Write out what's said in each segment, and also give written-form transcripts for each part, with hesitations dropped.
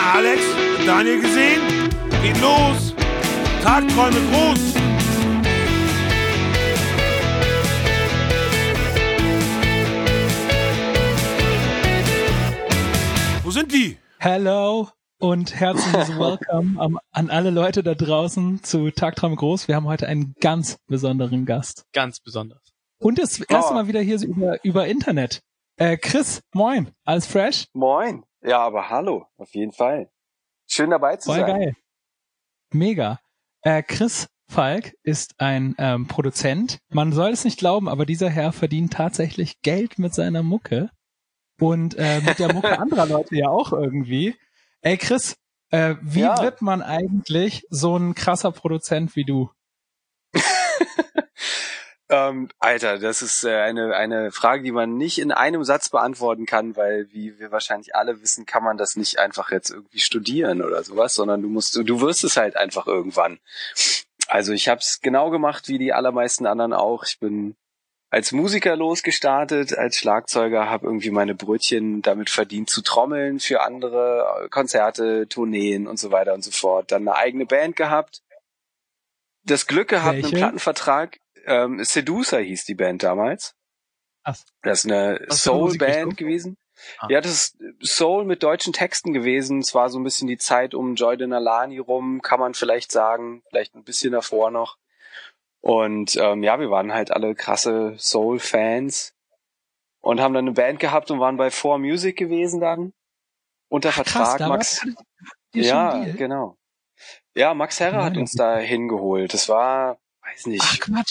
Alex, Daniel gesehen? Geht los! Tagträume groß! Wo sind die? Hello und herzliches Welcome an alle Leute da draußen zu Tagträume groß. Wir haben heute einen ganz besonderen Gast. Ganz besonders. Und das erste Mal wieder hier so über Internet. Chris, moin. Alles fresh? Moin. Ja, aber hallo, auf jeden Fall. Schön dabei zu sein. Voll geil. Mega. Chris Falk ist ein Produzent. Man soll es nicht glauben, aber dieser Herr verdient tatsächlich Geld mit seiner Mucke. Und mit der Mucke anderer Leute ja auch irgendwie. Ey Chris, wie wird man eigentlich so ein krasser Produzent wie du? Alter, das ist eine Frage, die man nicht in einem Satz beantworten kann, weil, wie wir wahrscheinlich alle wissen, kann man das nicht einfach jetzt irgendwie studieren oder sowas, sondern du wirst es halt einfach irgendwann. Also ich habe es genau gemacht wie die allermeisten anderen auch. Ich bin als Musiker losgestartet, als Schlagzeuger, habe irgendwie meine Brötchen damit verdient zu trommeln für andere Konzerte, Tourneen und so weiter und so fort. Dann eine eigene Band gehabt. Das Glück gehabt, einen Plattenvertrag. Seducer hieß die Band damals. Ach. Das ist eine Soul-Band gewesen. Ah. Ja, das ist Soul mit deutschen Texten gewesen. Es war so ein bisschen die Zeit um Joy Denalani rum, kann man vielleicht sagen. Vielleicht ein bisschen davor noch. Und wir waren halt alle krasse Soul-Fans und haben dann eine Band gehabt und waren bei 4Music gewesen dann. Unter Vertrag. Krass, Max. Ja, genau. Ja, Max Herre hat uns da hingeholt. Das war, weiß nicht,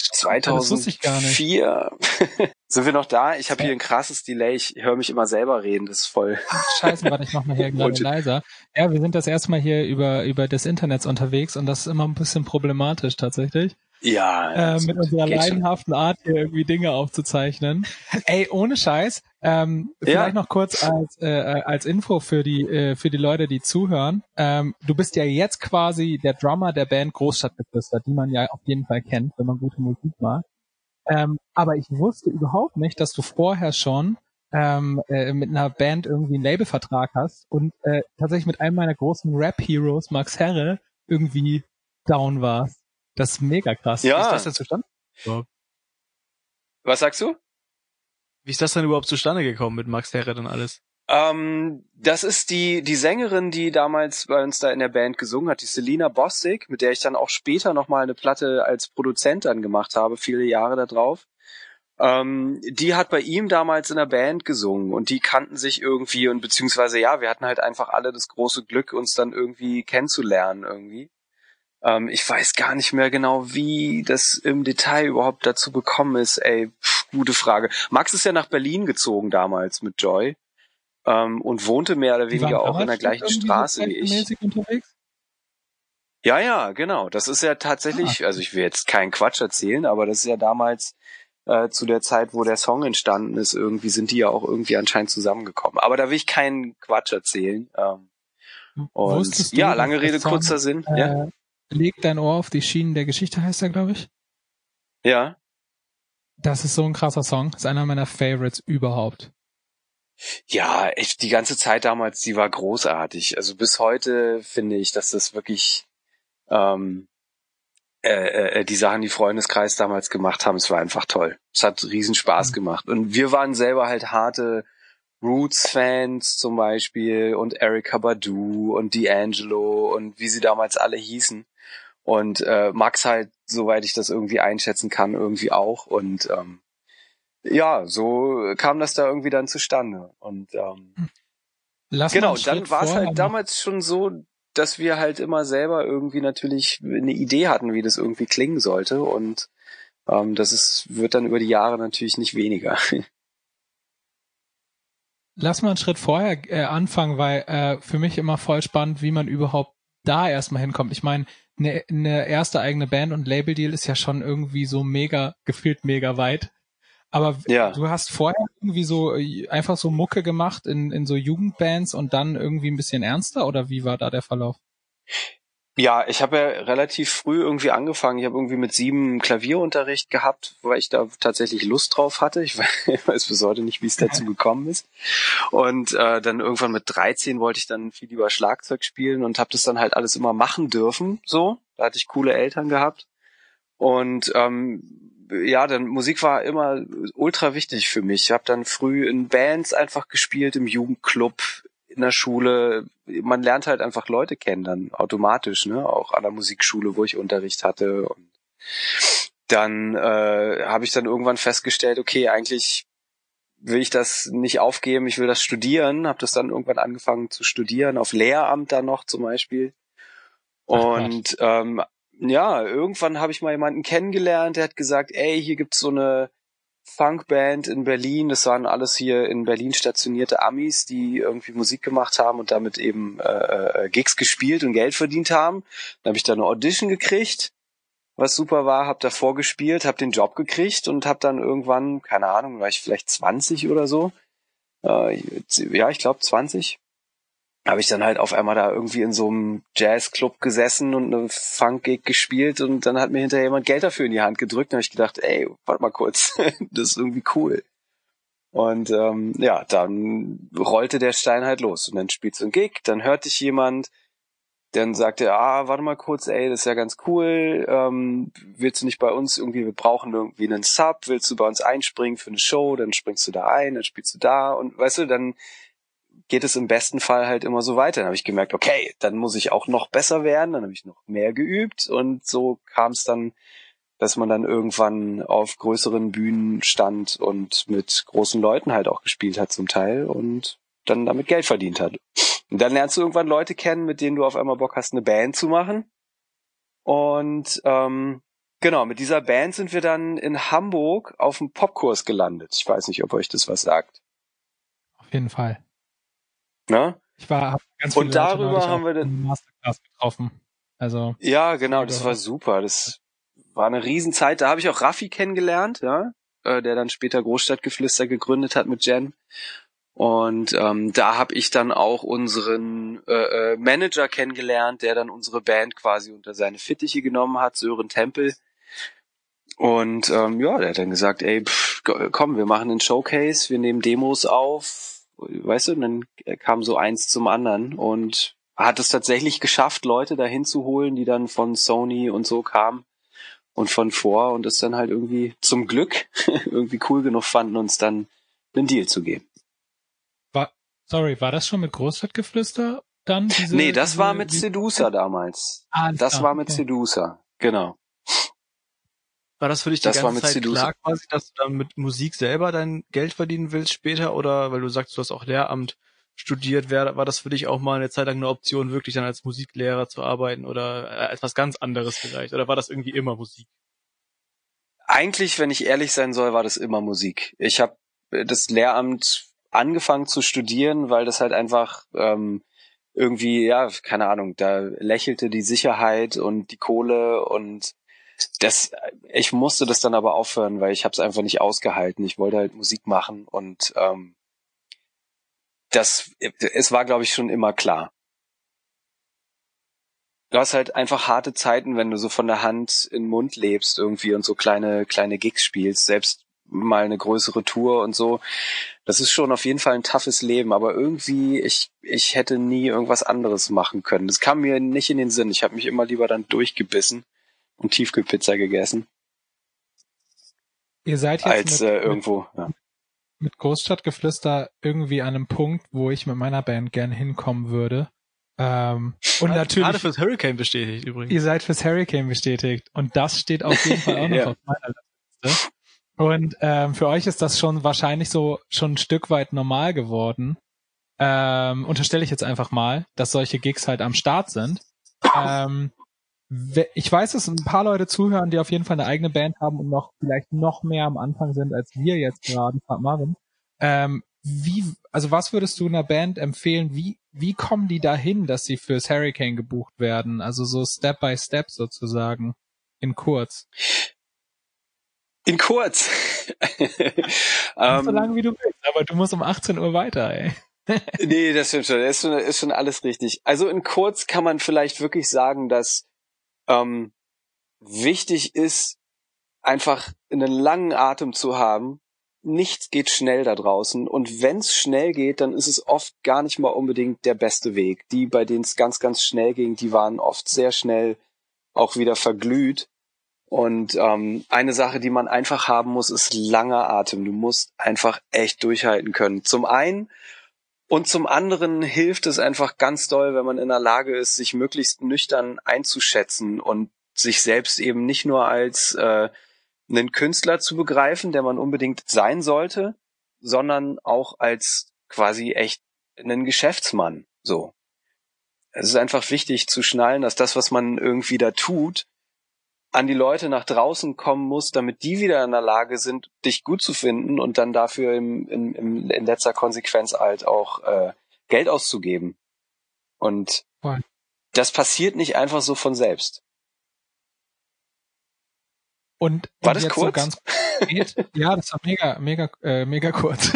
2004. Sind wir noch da? Ich habe hier ein krasses Delay. Ich höre mich immer selber reden. Das ist voll. Ach, scheiße, warte, ich mach mal hier gerade leiser. Ja, wir sind das erste Mal hier über des Internets unterwegs und das ist immer ein bisschen problematisch tatsächlich. Ja. Mit unserer leidenhaften Art hier irgendwie Dinge aufzuzeichnen. Ey, ohne Scheiß. Vielleicht noch kurz als Info für die Leute, die zuhören. Du bist ja jetzt quasi der Drummer der Band Großstadtgeflüster, die man ja auf jeden Fall kennt, wenn man gute Musik mag. Aber ich wusste überhaupt nicht, dass du vorher schon mit einer Band irgendwie einen Labelvertrag hast und tatsächlich mit einem meiner großen Rap-Heroes, Max Herre, irgendwie down warst. Das ist mega krass. Ja. Wie ist das denn zustande gekommen? Was sagst du? Wie ist das denn überhaupt zustande gekommen mit Max Herre und alles? Das ist die Sängerin, die damals bei uns da in der Band gesungen hat, die Selina Bostic, mit der ich dann auch später nochmal eine Platte als Produzent dann gemacht habe, viele Jahre da drauf. Die hat bei ihm damals in der Band gesungen und die kannten sich irgendwie und beziehungsweise wir hatten halt einfach alle das große Glück, uns dann irgendwie kennenzulernen irgendwie. Ich weiß gar nicht mehr genau, wie das im Detail überhaupt dazu gekommen ist. Gute Frage. Max ist ja nach Berlin gezogen damals mit Joy und wohnte mehr oder weniger auch in der gleichen Straße wie ich. Unterwegs? Ja, genau. Das ist ja tatsächlich, also ich will jetzt keinen Quatsch erzählen, aber das ist ja damals zu der Zeit, wo der Song entstanden ist, irgendwie sind die ja auch irgendwie anscheinend zusammengekommen. Aber da will ich keinen Quatsch erzählen. Und du, lange Rede, kurzer Sinn. Leg dein Ohr auf die Schienen der Geschichte, heißt er, glaube ich. Ja. Das ist so ein krasser Song. Das ist einer meiner Favorites überhaupt. Ja, echt, die ganze Zeit damals, die war großartig. Also bis heute finde ich, dass das wirklich die Sachen, die Freundeskreis damals gemacht haben, es war einfach toll. Es hat riesen Spaß gemacht. Und wir waren selber halt harte Roots-Fans zum Beispiel und Erykah Badu und D'Angelo und wie sie damals alle hießen. Und Max halt, soweit ich das irgendwie einschätzen kann, irgendwie auch. Und so kam das da irgendwie dann zustande. Und dann war es halt damals schon so, dass wir halt immer selber irgendwie natürlich eine Idee hatten, wie das irgendwie klingen sollte. Und wird dann über die Jahre natürlich nicht weniger. Lass mal einen Schritt vorher anfangen, weil für mich immer voll spannend, wie man überhaupt da erstmal hinkommt. Ich meine, eine erste eigene Band und Labeldeal ist ja schon irgendwie so gefühlt mega weit. Aber du hast vorher irgendwie so einfach so Mucke gemacht in so Jugendbands und dann irgendwie ein bisschen ernster, oder wie war da der Verlauf? Ja, ich habe ja relativ früh irgendwie angefangen. Ich habe irgendwie mit 7 Klavierunterricht gehabt, weil ich da tatsächlich Lust drauf hatte. Ich weiß bis heute nicht, wie es dazu gekommen ist. Und dann irgendwann mit 13 wollte ich dann viel lieber Schlagzeug spielen und habe das dann halt alles immer machen dürfen. So, da hatte ich coole Eltern gehabt. Und ja, dann Musik war immer ultra wichtig für mich. Ich habe dann früh in Bands einfach gespielt, im Jugendclub, in der Schule. Man lernt halt einfach Leute kennen dann automatisch, ne? Auch an der Musikschule, wo ich Unterricht hatte. Und dann habe ich dann irgendwann festgestellt, okay, eigentlich will ich das nicht aufgeben, ich will das studieren. Habe das dann irgendwann angefangen zu studieren, auf Lehramt dann noch zum Beispiel. Und ja, irgendwann habe ich mal jemanden kennengelernt, der hat gesagt, ey, hier gibt's so eine Funkband in Berlin. Das waren alles hier in Berlin stationierte Amis, die irgendwie Musik gemacht haben und damit eben Gigs gespielt und Geld verdient haben. Dann habe ich da eine Audition gekriegt, was super war, habe da vorgespielt, habe den Job gekriegt und habe dann irgendwann, keine Ahnung, war ich vielleicht 20 oder so, ja, ich glaube 20, habe ich dann halt auf einmal da irgendwie in so einem Jazzclub gesessen und eine Funk-Gig gespielt und dann hat mir hinterher jemand Geld dafür in die Hand gedrückt und habe ich gedacht, ey, warte mal kurz, das ist irgendwie cool. Und ja, dann rollte der Stein halt los und dann spielst du ein Gig, dann hörte ich jemand, dann sagte er, warte mal kurz, ey, das ist ja ganz cool, willst du nicht bei uns irgendwie, wir brauchen irgendwie einen Sub, willst du bei uns einspringen für eine Show, dann springst du da ein, dann spielst du da und weißt du, dann geht es im besten Fall halt immer so weiter. Dann habe ich gemerkt, okay, dann muss ich auch noch besser werden, dann habe ich noch mehr geübt und so kam es dann, dass man dann irgendwann auf größeren Bühnen stand und mit großen Leuten halt auch gespielt hat zum Teil und dann damit Geld verdient hat. Und dann lernst du irgendwann Leute kennen, mit denen du auf einmal Bock hast, eine Band zu machen. Und genau, mit dieser Band sind wir dann in Hamburg auf dem Popkurs gelandet. Ich weiß nicht, ob euch das was sagt. Auf jeden Fall. Ne? Ich hab ganz viele und darüber Leute haben wir dann Masterclass getroffen. Also ja, genau, das war super. Das war eine Riesenzeit. Da habe ich auch Raffi kennengelernt, ja, der dann später Großstadtgeflüster gegründet hat mit Jen. Und da habe ich dann auch unseren Manager kennengelernt, der dann unsere Band quasi unter seine Fittiche genommen hat, Sören Tempel. Und ja, der hat dann gesagt, ey, komm, wir machen einen Showcase, wir nehmen Demos auf. Weißt du, und dann kam so eins zum anderen und hat es tatsächlich geschafft, Leute dahin zu holen, die dann von Sony und so kamen und von vor und es dann halt irgendwie zum Glück irgendwie cool genug fanden, uns dann einen Deal zu geben. War das schon mit Großstadtgeflüster dann? Nee, das war mit Sedusa damals. Das war mit Sedusa, genau. War das für dich die ganze Zeit klar quasi, dass du dann mit Musik selber dein Geld verdienen willst später? Oder weil du sagst, du hast auch Lehramt studiert, war das für dich auch mal eine Zeit lang eine Option, wirklich dann als Musiklehrer zu arbeiten oder etwas ganz anderes vielleicht? Oder war das irgendwie immer Musik? Eigentlich, wenn ich ehrlich sein soll, war das immer Musik. Ich habe das Lehramt angefangen zu studieren, weil das halt einfach irgendwie, ja, keine Ahnung, da lächelte die Sicherheit und die Kohle und ich musste das dann aber aufhören, weil ich habe es einfach nicht ausgehalten. Ich wollte halt Musik machen und es war, glaube ich, schon immer klar. Du hast halt einfach harte Zeiten, wenn du so von der Hand in den Mund lebst irgendwie und so kleine Gigs spielst, selbst mal eine größere Tour und so. Das ist schon auf jeden Fall ein toughes Leben, aber irgendwie, ich hätte nie irgendwas anderes machen können. Das kam mir nicht in den Sinn. Ich habe mich immer lieber dann durchgebissen und Tiefkühlpizza gegessen. Ihr seid jetzt irgendwo mit Großstadtgeflüster irgendwie an einem Punkt, wo ich mit meiner Band gern hinkommen würde. Und natürlich gerade fürs Hurricane bestätigt übrigens. Ihr seid fürs Hurricane bestätigt und das steht auf jeden Fall auch noch auf meiner Liste. Und für euch ist das schon wahrscheinlich so schon ein Stück weit normal geworden. Unterstelle ich jetzt einfach mal, dass solche Gigs halt am Start sind. Ich weiß, dass ein paar Leute zuhören, die auf jeden Fall eine eigene Band haben und vielleicht noch mehr am Anfang sind, als wir jetzt gerade, Marvin. Was würdest du einer Band empfehlen? Wie kommen die dahin, dass sie fürs Hurricane gebucht werden? Also so Step by Step sozusagen. In kurz. In kurz. So lange wie du willst, aber du musst um 18 Uhr weiter, ey. Nee, das stimmt schon. Ist schon alles richtig. Also in kurz kann man vielleicht wirklich sagen, dass wichtig ist, einfach einen langen Atem zu haben. Nichts geht schnell da draußen. Und wenn es schnell geht, dann ist es oft gar nicht mal unbedingt der beste Weg. Die, bei denen es ganz, ganz schnell ging, die waren oft sehr schnell auch wieder verglüht. Und eine Sache, die man einfach haben muss, ist langer Atem. Du musst einfach echt durchhalten können. Zum einen und zum anderen hilft es einfach ganz doll, wenn man in der Lage ist, sich möglichst nüchtern einzuschätzen und sich selbst eben nicht nur als einen Künstler zu begreifen, der man unbedingt sein sollte, sondern auch als quasi echt einen Geschäftsmann. So. Es ist einfach wichtig zu schnallen, dass das, was man irgendwie da tut, an die Leute nach draußen kommen muss, damit die wieder in der Lage sind, dich gut zu finden und dann dafür in letzter Konsequenz halt auch Geld auszugeben. Und das passiert nicht einfach so von selbst. Und war das jetzt kurz? So ganz konkret, ja, das war mega kurz.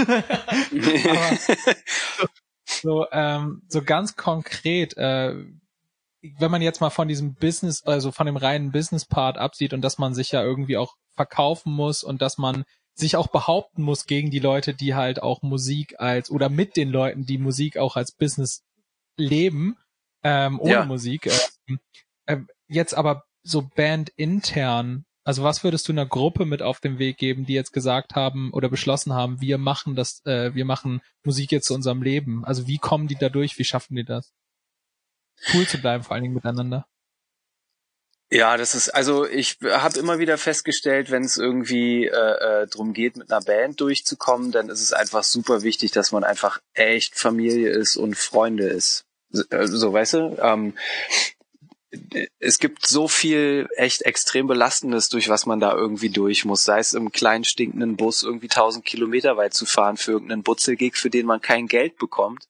Aber so ganz konkret, wenn man jetzt mal von diesem Business, also von dem reinen Business-Part absieht und dass man sich ja irgendwie auch verkaufen muss und dass man sich auch behaupten muss gegen die Leute, die halt auch Musik oder mit den Leuten, die Musik auch als Business leben, ohne Musik. Jetzt aber so bandintern, also was würdest du einer Gruppe mit auf den Weg geben, die jetzt gesagt haben oder beschlossen haben, wir machen Musik jetzt zu unserem Leben? Also wie kommen die da durch? Wie schaffen die das? Cool zu bleiben, vor allen Dingen miteinander. Ja, ich habe immer wieder festgestellt, wenn es irgendwie drum geht, mit einer Band durchzukommen, dann ist es einfach super wichtig, dass man einfach echt Familie ist und Freunde ist. So, weißt du? Es gibt so viel echt extrem Belastendes, durch was man da irgendwie durch muss. Sei es im kleinen stinkenden Bus irgendwie 1000 Kilometer weit zu fahren für irgendeinen Butzelgig, für den man kein Geld bekommt.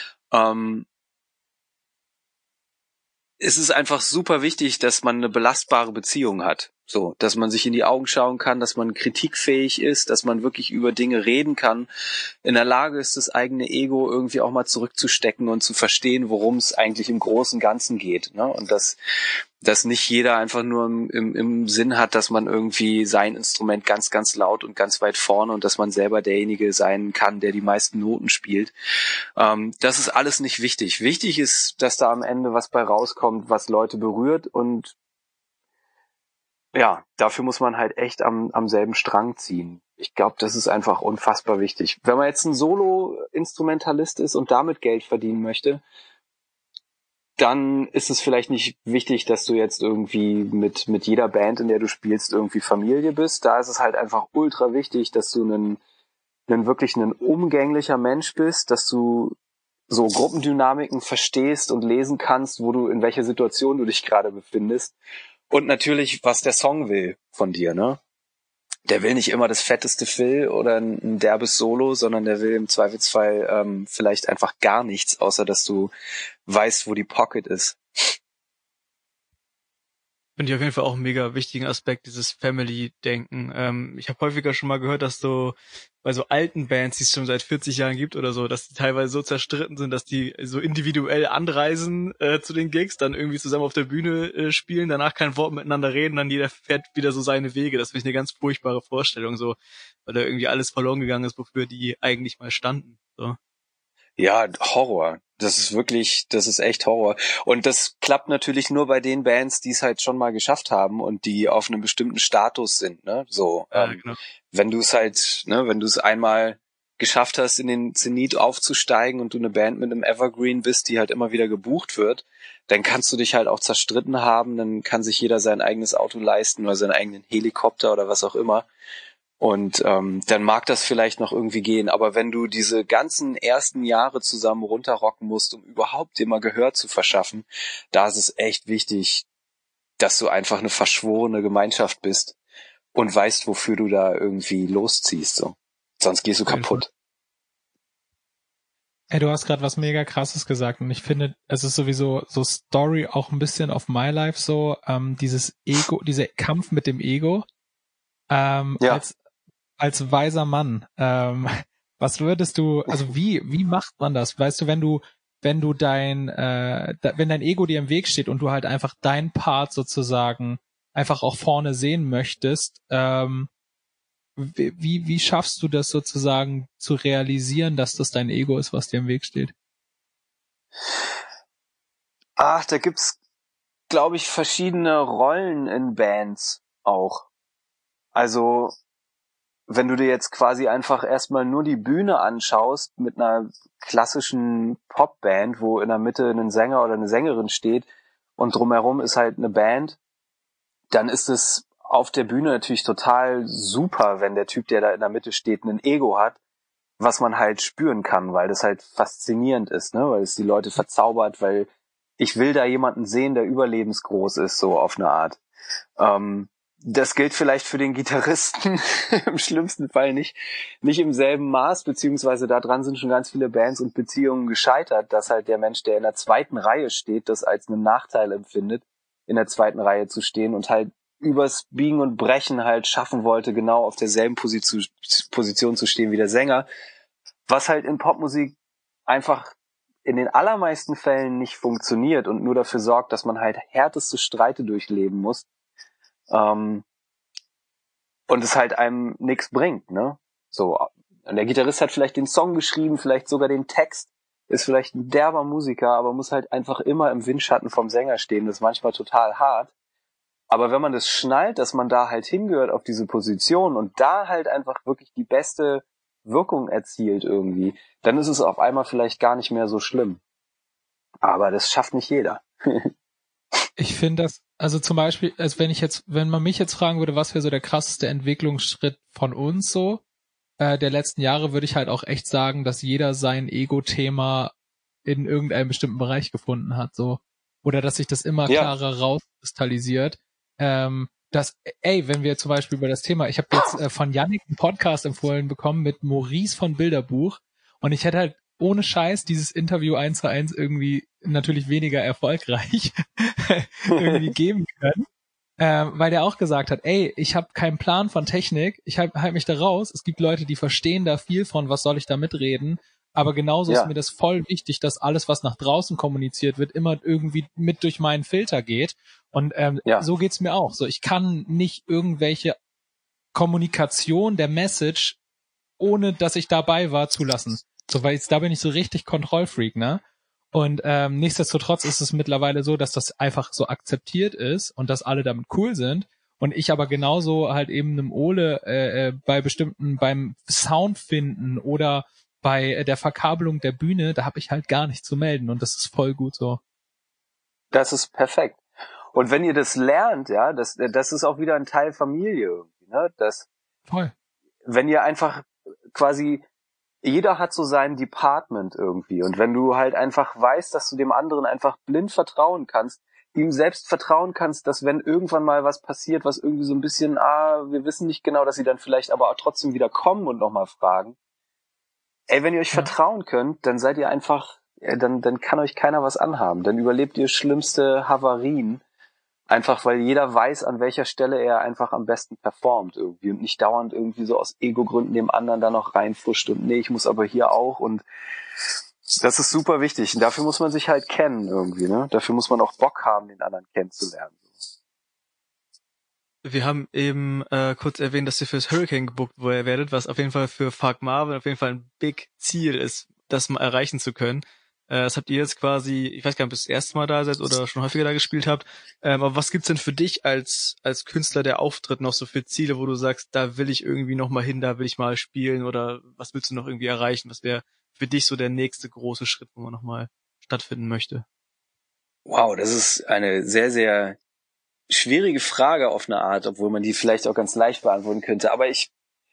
Es ist einfach super wichtig, dass man eine belastbare Beziehung hat. So, dass man sich in die Augen schauen kann, dass man kritikfähig ist, dass man wirklich über Dinge reden kann, in der Lage ist, das eigene Ego irgendwie auch mal zurückzustecken und zu verstehen, worum es eigentlich im großen Ganzen geht, ne? Und dass nicht jeder einfach nur im Sinn hat, dass man irgendwie sein Instrument ganz, ganz laut und ganz weit vorne und dass man selber derjenige sein kann, der die meisten Noten spielt. Das ist alles nicht wichtig. Wichtig ist, dass da am Ende was bei rauskommt, was Leute berührt, und ja, dafür muss man halt echt am selben Strang ziehen. Ich glaube, das ist einfach unfassbar wichtig. Wenn man jetzt ein Solo-Instrumentalist ist und damit Geld verdienen möchte, dann ist es vielleicht nicht wichtig, dass du jetzt irgendwie mit jeder Band, in der du spielst, irgendwie Familie bist. Da ist es halt einfach ultra wichtig, dass du wirklich ein umgänglicher Mensch bist, dass du so Gruppendynamiken verstehst und lesen kannst, in welcher Situation du dich gerade befindest. Und natürlich, was der Song will von dir, ne? Der will nicht immer das fetteste Fill oder ein derbes Solo, sondern der will im Zweifelsfall vielleicht einfach gar nichts, außer dass du weißt, wo die Pocket ist. Finde ich auf jeden Fall auch einen mega wichtigen Aspekt, dieses Family-Denken. Ich habe häufiger schon mal gehört, dass so bei so alten Bands, die es schon seit 40 Jahren gibt oder so, dass die teilweise so zerstritten sind, dass die so individuell anreisen zu den Gigs, dann irgendwie zusammen auf der Bühne spielen, danach kein Wort miteinander reden, dann jeder fährt wieder so seine Wege. Das finde ich eine ganz furchtbare Vorstellung, so, weil da irgendwie alles verloren gegangen ist, wofür die eigentlich mal standen. So. Ja, Horror. Das ist echt Horror. Und das klappt natürlich nur bei den Bands, die es halt schon mal geschafft haben und die auf einem bestimmten Status sind, ne? So, genau. Wenn du es einmal geschafft hast, in den Zenit aufzusteigen und du eine Band mit einem Evergreen bist, die halt immer wieder gebucht wird, dann kannst du dich halt auch zerstritten haben, dann kann sich jeder sein eigenes Auto leisten oder seinen eigenen Helikopter oder was auch immer. Und dann mag das vielleicht noch irgendwie gehen, aber wenn du diese ganzen ersten Jahre zusammen runterrocken musst, um überhaupt dir mal Gehör zu verschaffen, da ist es echt wichtig, dass du einfach eine verschworene Gemeinschaft bist und weißt, wofür du da irgendwie losziehst. So. Sonst gehst du kaputt. Ey, du hast gerade was mega Krasses gesagt und ich finde, es ist sowieso so Story auch ein bisschen auf My Life so, dieses Ego, dieser Kampf mit dem Ego. Als weiser Mann Was würdest du, also wie macht man das? Weißt du, wenn dein Ego dir im Weg steht und du halt einfach deinen Part sozusagen einfach auch vorne sehen möchtest, wie schaffst du das sozusagen zu realisieren, dass das dein Ego ist, was dir im Weg steht? Ach, da gibt's, glaube ich, verschiedene Rollen in Bands auch. Also, wenn du dir jetzt quasi einfach erstmal nur die Bühne anschaust mit einer klassischen Popband, wo in der Mitte ein Sänger oder eine Sängerin steht und drumherum ist halt eine Band, dann ist es auf der Bühne natürlich total super, wenn der Typ, der da in der Mitte steht, ein Ego hat, was man halt spüren kann, weil das halt faszinierend ist, ne? Weil es die Leute verzaubert, weil ich will da jemanden sehen, der überlebensgroß ist, so auf eine Art. Das gilt vielleicht für den Gitarristen im schlimmsten Fall nicht im selben Maß, beziehungsweise daran sind schon ganz viele Bands und Beziehungen gescheitert, dass halt der Mensch, der in der zweiten Reihe steht, das als einen Nachteil empfindet, in der zweiten Reihe zu stehen und halt übers Biegen und Brechen halt schaffen wollte, genau auf derselben Position zu stehen wie der Sänger, was halt in Popmusik einfach in den allermeisten Fällen nicht funktioniert und nur dafür sorgt, dass man halt härteste Streite durchleben muss, und es halt einem nichts bringt, ne? So, und der Gitarrist hat vielleicht den Song geschrieben, vielleicht sogar den Text, ist vielleicht ein derber Musiker, aber muss halt einfach immer im Windschatten vom Sänger stehen. Das ist manchmal total hart. Aber wenn man das schnallt, dass man da halt hingehört auf diese Position und da halt einfach wirklich die beste Wirkung erzielt irgendwie, dann ist es auf einmal vielleicht gar nicht mehr so schlimm. Aber das schafft nicht jeder. Ich finde das, also zum Beispiel, als wenn man mich jetzt fragen würde, was wäre so der krasseste Entwicklungsschritt von uns so, der letzten Jahre, würde ich halt auch echt sagen, dass jeder sein Ego-Thema in irgendeinem bestimmten Bereich gefunden hat, so. Oder dass sich das immer klarer rauskristallisiert. Wenn wir zum Beispiel über das Thema, ich habe jetzt von Yannick einen Podcast empfohlen bekommen mit Maurice von Bilderbuch und ich hätte halt ohne Scheiß dieses Interview 1:1 irgendwie natürlich weniger erfolgreich irgendwie geben können, weil der auch gesagt hat, ich habe keinen Plan von Technik, ich halt mich da raus, es gibt Leute, die verstehen da viel von, was soll ich da mitreden, aber genauso ist mir das voll wichtig, dass alles, was nach draußen kommuniziert wird, immer irgendwie mit durch meinen Filter geht. Und so geht's mir auch. So, ich kann nicht irgendwelche Kommunikation der Message, ohne dass ich dabei war, zulassen. So, weil da bin ich so richtig Kontrollfreak, ne? Und nichtsdestotrotz ist es mittlerweile so, dass das einfach so akzeptiert ist und dass alle damit cool sind. Und ich aber genauso halt eben einem Ole beim Sound finden oder bei der Verkabelung der Bühne, da habe ich halt gar nichts zu melden und das ist voll gut so. Das ist perfekt. Und wenn ihr das lernt, ja, das ist auch wieder ein Teil Familie irgendwie, ne? Voll. Wenn ihr einfach quasi, jeder hat so sein Department irgendwie und wenn du halt einfach weißt, dass du dem anderen einfach blind vertrauen kannst, ihm selbst vertrauen kannst, dass wenn irgendwann mal was passiert, was irgendwie so ein bisschen, wir wissen nicht genau, dass sie dann vielleicht aber auch trotzdem wieder kommen und nochmal fragen. Wenn ihr euch vertrauen könnt, dann seid ihr einfach, dann kann euch keiner was anhaben. Dann überlebt ihr schlimmste Havarien. Einfach, weil jeder weiß, an welcher Stelle er einfach am besten performt irgendwie und nicht dauernd irgendwie so aus Ego-Gründen dem anderen da noch reinfuscht und ich muss aber hier auch und das ist super wichtig. Und dafür muss man sich halt kennen irgendwie, ne? Dafür muss man auch Bock haben, den anderen kennenzulernen. Wir haben eben kurz erwähnt, dass ihr fürs Hurricane gebucht werdet, was auf jeden Fall für Fuck Marvin auf jeden Fall ein big Ziel ist, das mal erreichen zu können. Das habt ihr jetzt quasi, ich weiß gar nicht, ob ihr das erste Mal da seid oder schon häufiger da gespielt habt. Aber was gibt's denn für dich als Künstler, der auftritt, noch so für Ziele, wo du sagst, da will ich irgendwie noch mal hin, da will ich mal spielen oder was willst du noch irgendwie erreichen? Was wäre für dich so der nächste große Schritt, wo man noch mal stattfinden möchte? Wow, das ist eine sehr, sehr schwierige Frage auf eine Art, obwohl man die vielleicht auch ganz leicht beantworten könnte. Aber ich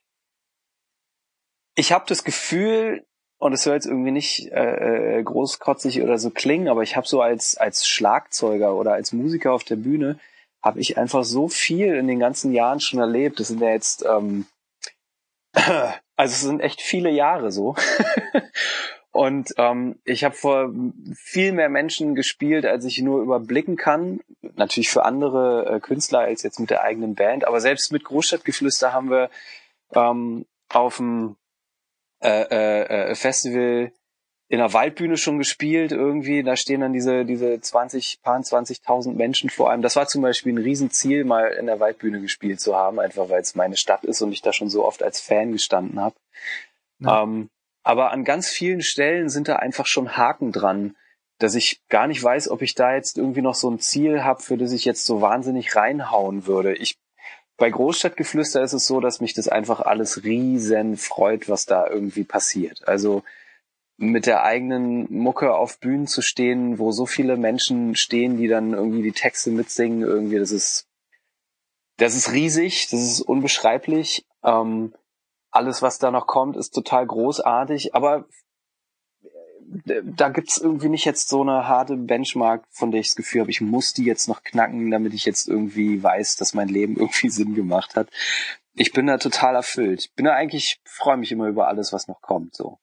habe das Gefühl, und es soll jetzt irgendwie nicht großkotzig oder so klingen, aber ich habe so als Schlagzeuger oder als Musiker auf der Bühne, habe ich einfach so viel in den ganzen Jahren schon erlebt. Das sind ja jetzt, also es sind echt viele Jahre so. Und ich habe vor viel mehr Menschen gespielt, als ich nur überblicken kann. Natürlich für andere Künstler als jetzt mit der eigenen Band. Aber selbst mit Großstadtgeflüster haben wir auf dem Festival in der Waldbühne schon gespielt irgendwie. Da stehen dann diese 20.000 Menschen vor einem. Das war zum Beispiel ein Riesenziel, mal in der Waldbühne gespielt zu haben, einfach weil es meine Stadt ist und ich da schon so oft als Fan gestanden habe. Ja. Aber an ganz vielen Stellen sind da einfach schon Haken dran, dass ich gar nicht weiß, ob ich da jetzt irgendwie noch so ein Ziel habe, für das ich jetzt so wahnsinnig reinhauen würde. Bei Großstadtgeflüster ist es so, dass mich das einfach alles riesen freut, was da irgendwie passiert. Also mit der eigenen Mucke auf Bühnen zu stehen, wo so viele Menschen stehen, die dann irgendwie die Texte mitsingen, irgendwie, das ist riesig, das ist unbeschreiblich. Alles, was da noch kommt, ist total großartig, aber da gibt's irgendwie nicht jetzt so eine harte Benchmark, von der ich das Gefühl habe, ich muss die jetzt noch knacken, damit ich jetzt irgendwie weiß, dass mein Leben irgendwie Sinn gemacht hat. Ich bin da total erfüllt. Freue mich immer über alles, was noch kommt, so.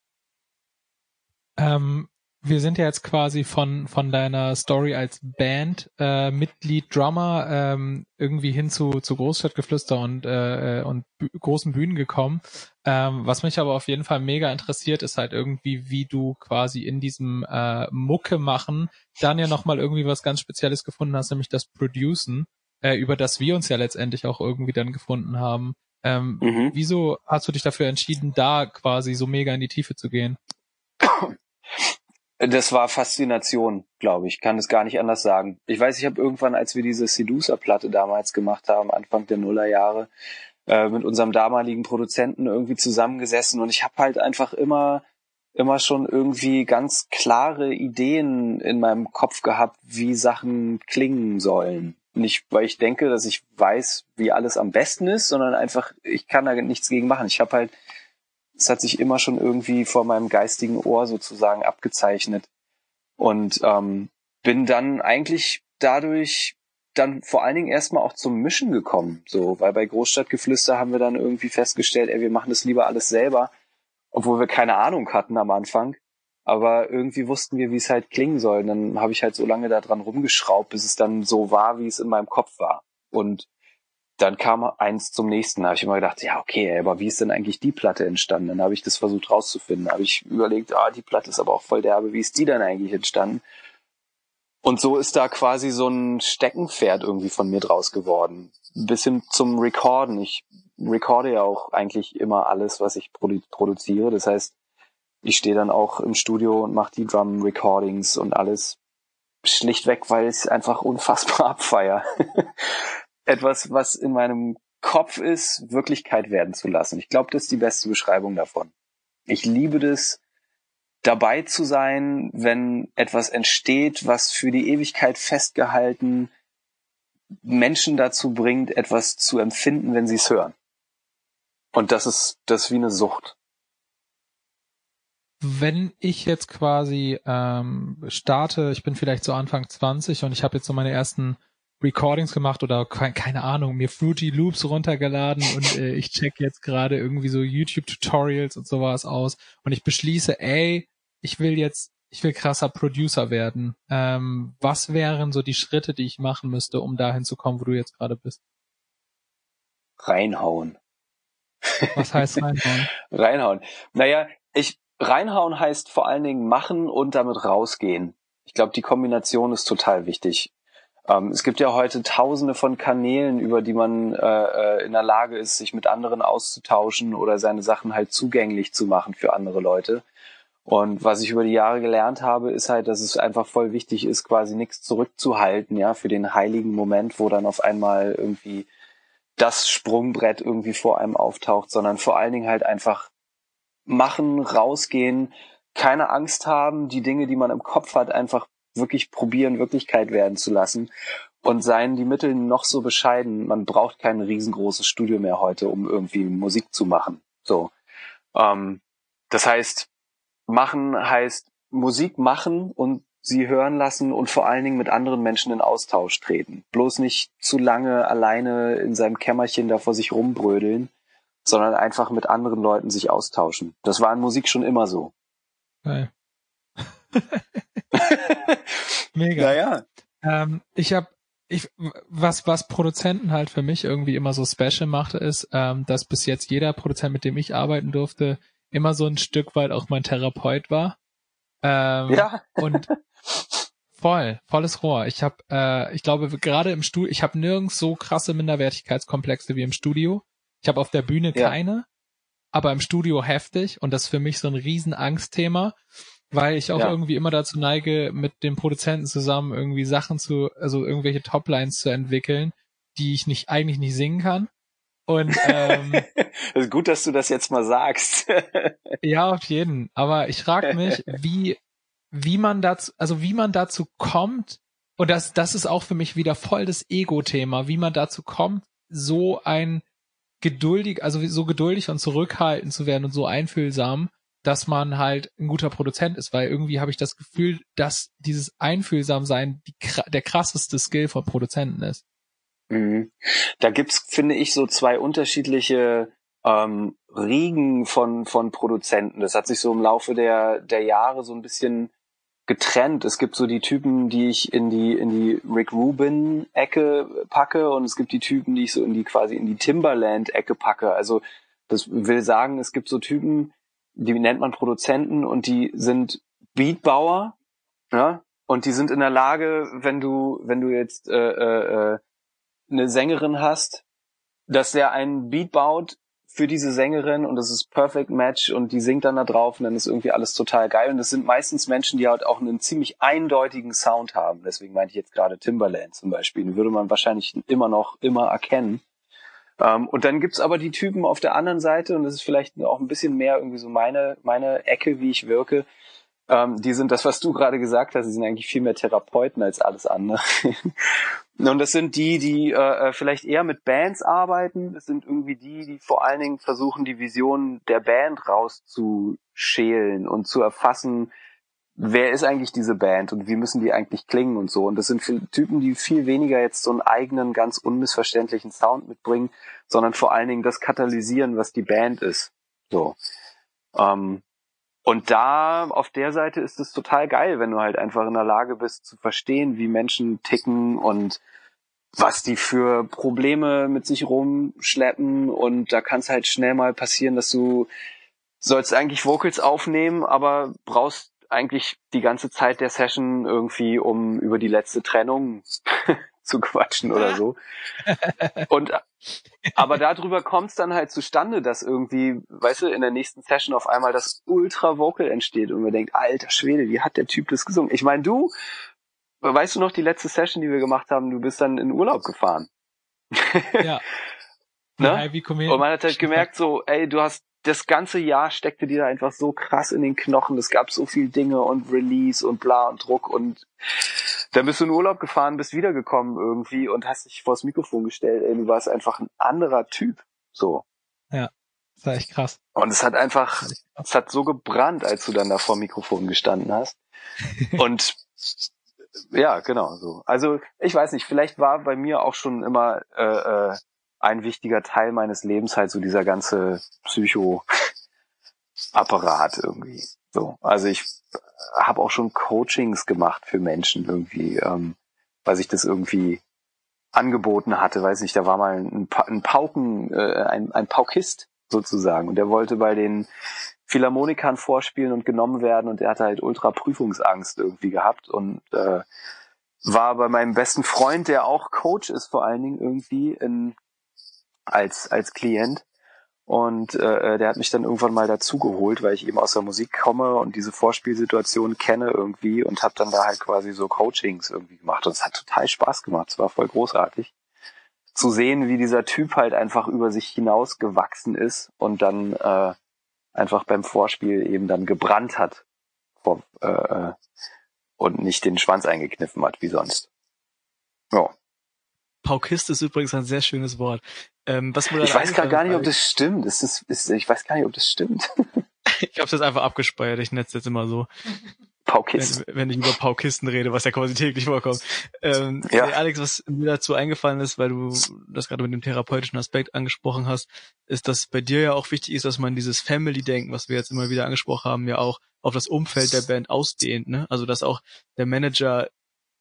Wir sind ja jetzt quasi von deiner Story als Band, Mitglied, Drummer, irgendwie hin zu Großstadtgeflüster und großen Bühnen gekommen. Was mich aber auf jeden Fall mega interessiert, ist halt irgendwie, wie du quasi in diesem Mucke machen dann ja nochmal irgendwie was ganz Spezielles gefunden hast, nämlich das Producen, über das wir uns ja letztendlich auch irgendwie dann gefunden haben. Wieso hast du dich dafür entschieden, da quasi so mega in die Tiefe zu gehen? Das war Faszination, glaube ich. Kann es gar nicht anders sagen. Ich weiß, ich habe irgendwann, als wir diese Seducer-Platte damals gemacht haben, Anfang der Nullerjahre, mit unserem damaligen Produzenten irgendwie zusammengesessen und ich habe halt einfach immer schon irgendwie ganz klare Ideen in meinem Kopf gehabt, wie Sachen klingen sollen. Nicht, weil ich denke, dass ich weiß, wie alles am besten ist, sondern einfach, ich kann da nichts gegen machen. Es hat sich immer schon irgendwie vor meinem geistigen Ohr sozusagen abgezeichnet und bin dann eigentlich dadurch dann vor allen Dingen erstmal auch zum Mischen gekommen, so, weil bei Großstadtgeflüster haben wir dann irgendwie festgestellt, wir machen das lieber alles selber, obwohl wir keine Ahnung hatten am Anfang, aber irgendwie wussten wir, wie es halt klingen soll. Und dann habe ich halt so lange da dran rumgeschraubt, bis es dann so war, wie es in meinem Kopf war. Und dann kam eins zum nächsten. Da habe ich immer gedacht, ja, okay, aber wie ist denn eigentlich die Platte entstanden? Dann habe ich das versucht rauszufinden. Da habe ich überlegt, die Platte ist aber auch voll derbe. Wie ist die dann eigentlich entstanden? Und so ist da quasi so ein Steckenpferd irgendwie von mir draus geworden. Bis hin zum Recorden. Ich recorde ja auch eigentlich immer alles, was ich produziere. Das heißt, ich stehe dann auch im Studio und mache die Drum-Recordings und alles. Schlichtweg, weil ich es einfach unfassbar abfeier. Etwas, was in meinem Kopf ist, Wirklichkeit werden zu lassen. Ich glaube, das ist die beste Beschreibung davon. Ich liebe das, dabei zu sein, wenn etwas entsteht, was für die Ewigkeit festgehalten Menschen dazu bringt, etwas zu empfinden, wenn sie es hören. Und das ist wie eine Sucht. Wenn ich jetzt quasi starte, ich bin vielleicht so Anfang 20 und ich habe jetzt so meine ersten Recordings gemacht oder keine Ahnung, mir Fruity Loops runtergeladen und ich check jetzt gerade irgendwie so YouTube-Tutorials und sowas aus und ich beschließe, ich will krasser Producer werden. Was wären so die Schritte, die ich machen müsste, um dahin zu kommen, wo du jetzt gerade bist? Reinhauen. Was heißt reinhauen? Reinhauen. Naja, reinhauen heißt vor allen Dingen machen und damit rausgehen. Ich glaube, die Kombination ist total wichtig. Es gibt ja heute tausende von Kanälen, über die man in der Lage ist, sich mit anderen auszutauschen oder seine Sachen halt zugänglich zu machen für andere Leute. Und was ich über die Jahre gelernt habe, ist halt, dass es einfach voll wichtig ist, quasi nichts zurückzuhalten, ja, für den heiligen Moment, wo dann auf einmal irgendwie das Sprungbrett irgendwie vor einem auftaucht, sondern vor allen Dingen halt einfach machen, rausgehen, keine Angst haben, die Dinge, die man im Kopf hat, einfach wirklich probieren, Wirklichkeit werden zu lassen. Und seien die Mittel noch so bescheiden, man braucht kein riesengroßes Studio mehr heute, um irgendwie Musik zu machen. So, das heißt, machen heißt Musik machen und sie hören lassen und vor allen Dingen mit anderen Menschen in Austausch treten. Bloß nicht zu lange alleine in seinem Kämmerchen da vor sich rumbrödeln, sondern einfach mit anderen Leuten sich austauschen. Das war in Musik schon immer so. Geil. Mega. Naja. Was Produzenten halt für mich irgendwie immer so special macht, ist, dass bis jetzt jeder Produzent, mit dem ich arbeiten durfte, immer so ein Stück weit auch mein Therapeut war. Ja. Und volles Rohr. Ich glaube, gerade im Studio, ich habe nirgends so krasse Minderwertigkeitskomplexe wie im Studio. Ich habe auf der Bühne keine, aber im Studio heftig, und das ist für mich so ein riesen Angstthema, weil ich auch irgendwie immer dazu neige, mit dem Produzenten zusammen irgendwie also irgendwelche Toplines zu entwickeln, die ich eigentlich nicht singen kann. Und ist gut, dass du das jetzt mal sagst. Ja, auf jeden. Aber ich frage mich, wie man dazu kommt, und das ist auch für mich wieder voll das Ego-Thema, wie man dazu kommt, so geduldig und zurückhaltend zu werden und so einfühlsam, dass man halt ein guter Produzent ist, weil irgendwie habe ich das Gefühl, dass dieses Einfühlsamsein der krasseste Skill von Produzenten ist. Mhm. Da gibt's, finde ich, so zwei unterschiedliche Riegen von Produzenten. Das hat sich so im Laufe der Jahre so ein bisschen getrennt. Es gibt so die Typen, die ich in die Rick Rubin-Ecke packe, und es gibt die Typen, die ich so in die Timbaland-Ecke packe. Also das will sagen, es gibt so Typen, die nennt man Produzenten, und die sind Beatbauer, ja, und die sind in der Lage, wenn du jetzt eine Sängerin hast, dass der einen Beat baut für diese Sängerin, und das ist Perfect Match, und die singt dann da drauf, und dann ist irgendwie alles total geil. Und das sind meistens Menschen, die halt auch einen ziemlich eindeutigen Sound haben. Deswegen meinte ich jetzt gerade Timbaland zum Beispiel. Den würde man wahrscheinlich immer erkennen. Und dann gibt's aber die Typen auf der anderen Seite, und das ist vielleicht auch ein bisschen mehr irgendwie so meine Ecke, wie ich wirke. Die sind das, was du gerade gesagt hast, die sind eigentlich viel mehr Therapeuten als alles andere. Und das sind die vielleicht eher mit Bands arbeiten. Das sind irgendwie die vor allen Dingen versuchen, die Vision der Band rauszuschälen und zu erfassen, wer ist eigentlich diese Band und wie müssen die eigentlich klingen und so. Und das sind Typen, die viel weniger jetzt so einen eigenen, ganz unmissverständlichen Sound mitbringen, sondern vor allen Dingen das katalysieren, was die Band ist. So. Und da, auf der Seite ist es total geil, wenn du halt einfach in der Lage bist zu verstehen, wie Menschen ticken und was die für Probleme mit sich rumschleppen. Und da kann es halt schnell mal passieren, dass du sollst eigentlich Vocals aufnehmen, aber brauchst eigentlich die ganze Zeit der Session irgendwie, um über die letzte Trennung zu quatschen oder so. Aber darüber kommt es dann halt zustande, dass irgendwie, weißt du, in der nächsten Session auf einmal das Ultra-Vocal entsteht und man denkt, alter Schwede, wie hat der Typ das gesungen? Ich meine, weißt du noch, die letzte Session, die wir gemacht haben, du bist dann in Urlaub gefahren. Ja. Ne? Und man hat halt gemerkt so, ey, du hast das ganze Jahr steckte dir da einfach so krass in den Knochen, es gab so viel Dinge und Release und bla und Druck, und dann bist du in Urlaub gefahren, bist wiedergekommen irgendwie und hast dich vors Mikrofon gestellt, ey, du warst einfach ein anderer Typ, so. Ja, das war echt krass. Und es hat so gebrannt, als du dann da vor dem Mikrofon gestanden hast. Und ja, genau so. Also, ich weiß nicht, vielleicht war bei mir auch schon immer ein wichtiger Teil meines Lebens halt so dieser ganze Psycho-Apparat irgendwie. So, also ich habe auch schon Coachings gemacht für Menschen irgendwie, weil sich das irgendwie angeboten hatte, weiß nicht, da war mal ein Paukist sozusagen, und der wollte bei den Philharmonikern vorspielen und genommen werden, und der hatte halt ultra Prüfungsangst irgendwie gehabt, und war bei meinem besten Freund, der auch Coach ist vor allen Dingen irgendwie, als Klient, und der hat mich dann irgendwann mal dazugeholt, weil ich eben aus der Musik komme und diese Vorspielsituation kenne irgendwie, und habe dann da halt quasi so Coachings irgendwie gemacht, und es hat total Spaß gemacht, es war voll großartig zu sehen, wie dieser Typ halt einfach über sich hinaus gewachsen ist und dann einfach beim Vorspiel eben dann gebrannt hat und nicht den Schwanz eingekniffen hat wie sonst. Ja. Paukist ist übrigens ein sehr schönes Wort. Ich weiß gar nicht, ob das stimmt. Ich weiß gar nicht, ob das stimmt. Ich habe das einfach abgespeichert. Ich netze jetzt immer so. Paukist. Wenn ich über Paukisten rede, was ja quasi täglich vorkommt. Ja. Alex, was mir dazu eingefallen ist, weil du das gerade mit dem therapeutischen Aspekt angesprochen hast, ist, dass bei dir ja auch wichtig ist, dass man dieses Family-Denken, was wir jetzt immer wieder angesprochen haben, ja auch auf das Umfeld der Band ausdehnt, ne? Also, dass auch der Manager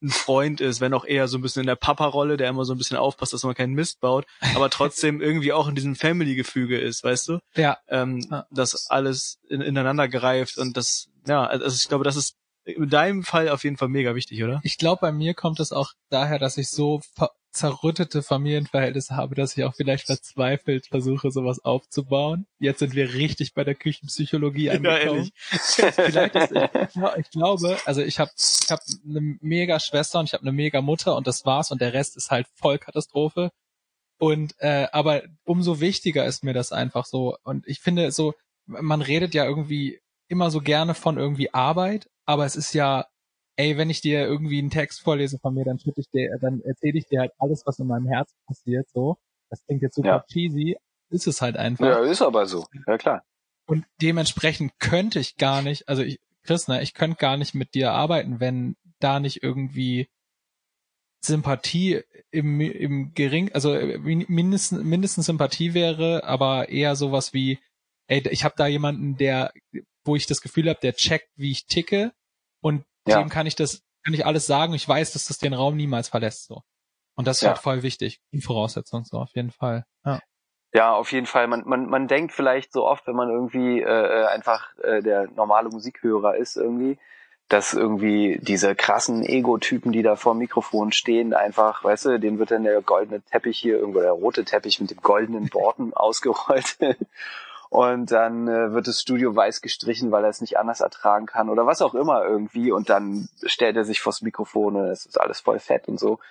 ein Freund ist, wenn auch eher so ein bisschen in der Papa-Rolle, der immer so ein bisschen aufpasst, dass man keinen Mist baut, aber trotzdem irgendwie auch in diesem Family-Gefüge ist, weißt du? Ja. Dass alles ineinander greift und das, ja, also ich glaube, das ist in deinem Fall auf jeden Fall mega wichtig, oder? Ich glaube, bei mir kommt es auch daher, dass ich so zerrüttete Familienverhältnisse habe, dass ich auch vielleicht verzweifelt versuche, sowas aufzubauen. Jetzt sind wir richtig bei der Küchenpsychologie angekommen. Ja, vielleicht ich glaube, also ich habe eine mega Schwester und ich habe eine mega Mutter und das war's und der Rest ist halt Vollkatastrophe. Und aber umso wichtiger ist mir das einfach so. Und ich finde so, man redet ja irgendwie immer so gerne von irgendwie Arbeit, aber es ist ja, wenn ich dir irgendwie einen Text vorlese von mir, dann erzähle ich dir halt alles, was in meinem Herzen passiert, so. Das klingt jetzt super cheesy, ist es halt einfach. Ja, ist aber so. Ja, klar. Und dementsprechend könnte ich gar nicht, also ich könnte gar nicht mit dir arbeiten, wenn da nicht irgendwie Sympathie im gering, also mindestens Sympathie wäre, aber eher sowas wie, ich habe da jemanden, wo ich das Gefühl habe, der checkt, wie ich ticke und dem kann ich alles sagen. Ich weiß, dass das den Raum niemals verlässt, so. Und das ist halt voll wichtig. Die Voraussetzung, so, auf jeden Fall. Ja. Ja, auf jeden Fall. Man denkt vielleicht so oft, wenn man irgendwie einfach der normale Musikhörer ist irgendwie, dass irgendwie diese krassen Ego-Typen, die da vor dem Mikrofon stehen, einfach, weißt du, denen wird dann der goldene Teppich hier, irgendwo der rote Teppich mit dem goldenen Borten ausgerollt. Und dann wird das Studio weiß gestrichen, weil er es nicht anders ertragen kann oder was auch immer irgendwie. Und dann stellt er sich vors Mikrofon und es ist alles voll fett und so.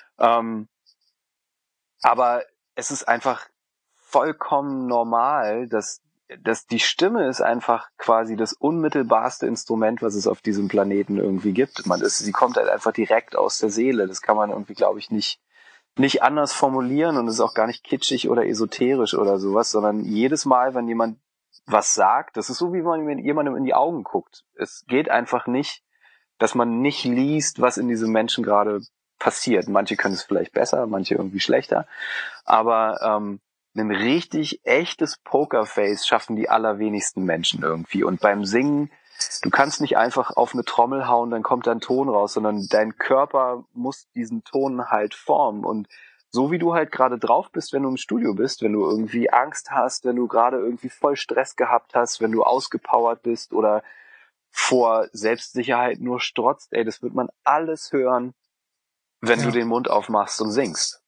Aber es ist einfach vollkommen normal, dass die Stimme ist einfach quasi das unmittelbarste Instrument, was es auf diesem Planeten irgendwie gibt. Sie kommt halt einfach direkt aus der Seele. Das kann man irgendwie, glaube ich, nicht anders formulieren und es ist auch gar nicht kitschig oder esoterisch oder sowas, sondern jedes Mal, wenn jemand was sagt, das ist so, wie man jemandem in die Augen guckt. Es geht einfach nicht, dass man nicht liest, was in diesem Menschen gerade passiert. Manche können es vielleicht besser, manche irgendwie schlechter, aber ein richtig echtes Pokerface schaffen die allerwenigsten Menschen irgendwie. Und beim Singen, du kannst nicht einfach auf eine Trommel hauen, dann kommt da ein Ton raus, sondern dein Körper muss diesen Ton halt formen. Und so wie du halt gerade drauf bist, wenn du im Studio bist, wenn du irgendwie Angst hast, wenn du gerade irgendwie voll Stress gehabt hast, wenn du ausgepowert bist oder vor Selbstsicherheit nur strotzt, das wird man alles hören, wenn du den Mund aufmachst und singst.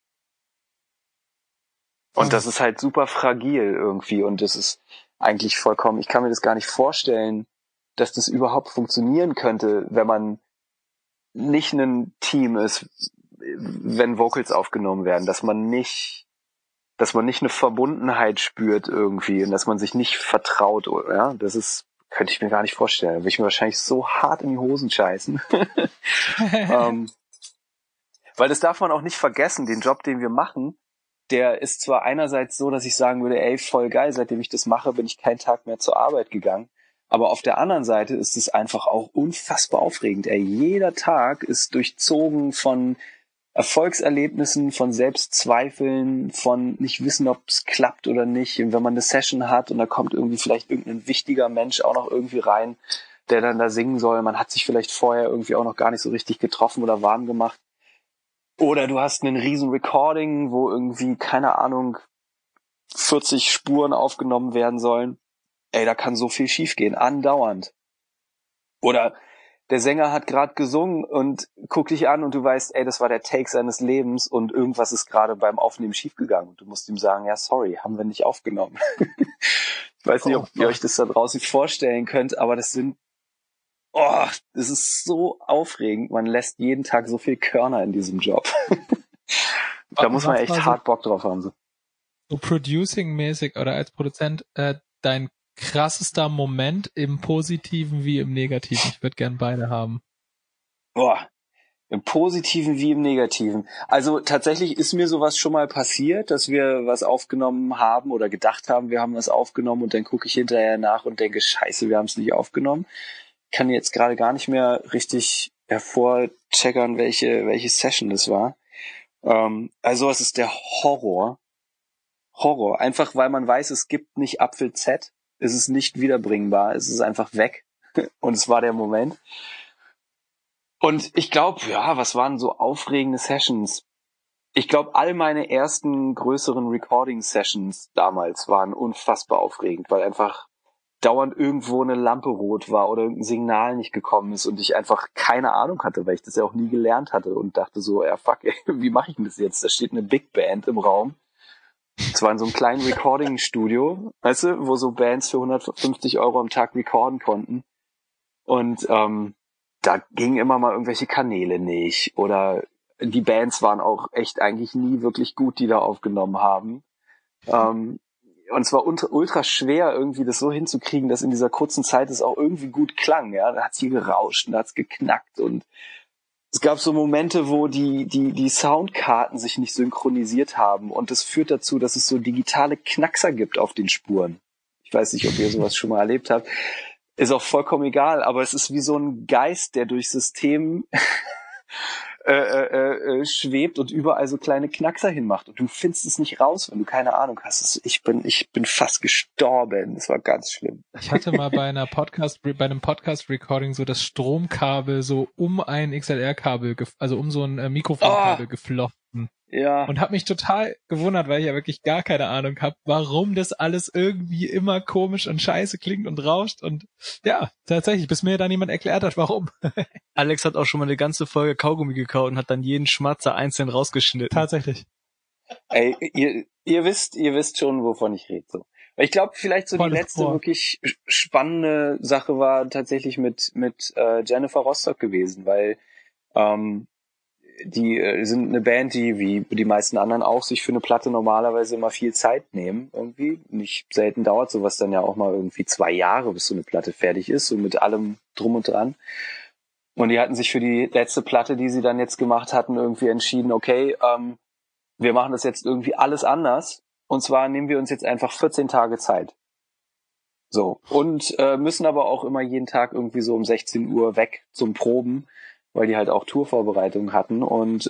Und das ist halt super fragil irgendwie und das ist eigentlich vollkommen, ich kann mir das gar nicht vorstellen, dass das überhaupt funktionieren könnte, wenn man nicht ein Team ist, wenn Vocals aufgenommen werden, dass man nicht eine Verbundenheit spürt irgendwie und dass man sich nicht vertraut, ja, könnte ich mir gar nicht vorstellen. Da würde ich mir wahrscheinlich so hart in die Hosen scheißen. Weil das darf man auch nicht vergessen, den Job, den wir machen, der ist zwar einerseits so, dass ich sagen würde, voll geil, seitdem ich das mache, bin ich keinen Tag mehr zur Arbeit gegangen. Aber auf der anderen Seite ist es einfach auch unfassbar aufregend. Jeder Tag ist durchzogen von Erfolgserlebnissen, von Selbstzweifeln, von nicht wissen, ob es klappt oder nicht. Und wenn man eine Session hat und da kommt irgendwie vielleicht irgendein wichtiger Mensch auch noch irgendwie rein, der dann da singen soll. Man hat sich vielleicht vorher irgendwie auch noch gar nicht so richtig getroffen oder warm gemacht. Oder du hast einen riesen Recording, wo irgendwie, keine Ahnung, 40 Spuren aufgenommen werden sollen. Da kann so viel schiefgehen, andauernd. Oder der Sänger hat gerade gesungen und guckt dich an und du weißt, das war der Take seines Lebens und irgendwas ist gerade beim Aufnehmen schiefgegangen. Und du musst ihm sagen, ja, sorry, haben wir nicht aufgenommen. Ich weiß nicht, ob ihr euch das da draußen vorstellen könnt, aber das ist so aufregend. Man lässt jeden Tag so viel Körner in diesem Job. Da muss man echt hart Bock drauf haben. So Producing-mäßig oder als Produzent, dein krassester Moment im Positiven wie im Negativen? Ich würde gern beide haben. Im Positiven wie im Negativen. Also tatsächlich ist mir sowas schon mal passiert, dass wir was aufgenommen haben oder gedacht haben, wir haben was aufgenommen und dann gucke ich hinterher nach und denke, scheiße, wir haben es nicht aufgenommen. Ich kann jetzt gerade gar nicht mehr richtig hervorcheckern, welche Session das war. Also es ist der Horror. Einfach weil man weiß, es gibt nicht Apfel Z. Es ist nicht wiederbringbar. Es ist einfach weg. Und es war der Moment. Und ich glaube, ja, was waren so aufregende Sessions? Ich glaube, all meine ersten größeren Recording-Sessions damals waren unfassbar aufregend, weil einfach dauernd irgendwo eine Lampe rot war oder irgendein Signal nicht gekommen ist und ich einfach keine Ahnung hatte, weil ich das ja auch nie gelernt hatte und dachte so, ja fuck, ey, wie mache ich denn das jetzt? Da steht eine Big Band im Raum. Es war in so einem kleinen Recording-Studio, weißt du, wo so Bands für 150 € am Tag recorden konnten. Und da gingen immer mal irgendwelche Kanäle nicht oder die Bands waren auch echt eigentlich nie wirklich gut, die da aufgenommen haben. Und es war ultra schwer, irgendwie das so hinzukriegen, dass in dieser kurzen Zeit es auch irgendwie gut klang. Ja, da hat's hier gerauscht und da hat's geknackt und es gab so Momente, wo die Soundkarten sich nicht synchronisiert haben und das führt dazu, dass es so digitale Knackser gibt auf den Spuren. Ich weiß nicht, ob ihr sowas schon mal erlebt habt. Ist auch vollkommen egal, aber es ist wie so ein Geist, der durchs System schwebt und überall so kleine Knackser hinmacht und du findest es nicht raus, wenn du keine Ahnung hast. Ich bin fast gestorben. Das war ganz schlimm. Ich hatte mal bei einem Podcast-Recording so das Stromkabel so um ein XLR-Kabel, also um so ein Mikrofonkabel geflochten. Ja. Und habe mich total gewundert, weil ich ja wirklich gar keine Ahnung habe, warum das alles irgendwie immer komisch und scheiße klingt und rauscht. Und ja, tatsächlich, bis mir dann jemand erklärt hat, warum. Alex hat auch schon mal eine ganze Folge Kaugummi gekaut und hat dann jeden Schmatzer einzeln rausgeschnitten. Tatsächlich. Ey, ihr wisst schon, wovon ich rede. So. Ich glaube, vielleicht so die letzte wirklich spannende Sache war tatsächlich mit Jennifer Rostock gewesen, weil die sind eine Band, die wie die meisten anderen auch sich für eine Platte normalerweise immer viel Zeit nehmen irgendwie. Nicht selten dauert sowas dann ja auch mal irgendwie 2 Jahre, bis so eine Platte fertig ist, so mit allem drum und dran. Und die hatten sich für die letzte Platte, die sie dann jetzt gemacht hatten, irgendwie entschieden, okay, wir machen das jetzt irgendwie alles anders. Und zwar nehmen wir uns jetzt einfach 14 Tage Zeit. So. Und müssen aber auch immer jeden Tag irgendwie so um 16 Uhr weg zum Proben, weil die halt auch Tourvorbereitungen hatten und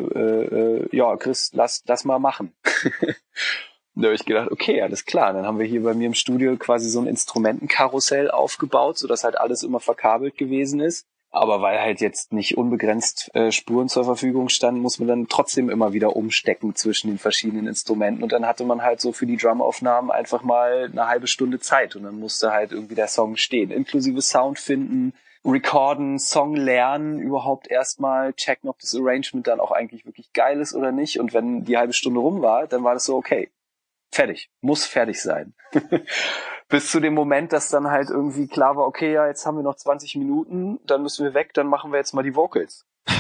ja, Chris, lass das mal machen. Da habe ich gedacht, okay, alles klar. Dann haben wir hier bei mir im Studio quasi so ein Instrumentenkarussell aufgebaut, sodass halt alles immer verkabelt gewesen ist. Aber weil halt jetzt nicht unbegrenzt Spuren zur Verfügung standen, muss man dann trotzdem immer wieder umstecken zwischen den verschiedenen Instrumenten. Und dann hatte man halt so für die Drumaufnahmen einfach mal eine halbe Stunde Zeit. Und dann musste halt irgendwie der Song stehen, inklusive Sound finden, recorden, Song lernen, überhaupt erstmal checken, ob das Arrangement dann auch eigentlich wirklich geil ist oder nicht. Und wenn die halbe Stunde rum war, dann war das so, okay, fertig, muss fertig sein. Bis zu dem Moment, dass dann halt irgendwie klar war, okay, ja, jetzt haben wir noch 20 Minuten, dann müssen wir weg, dann machen wir jetzt mal die Vocals.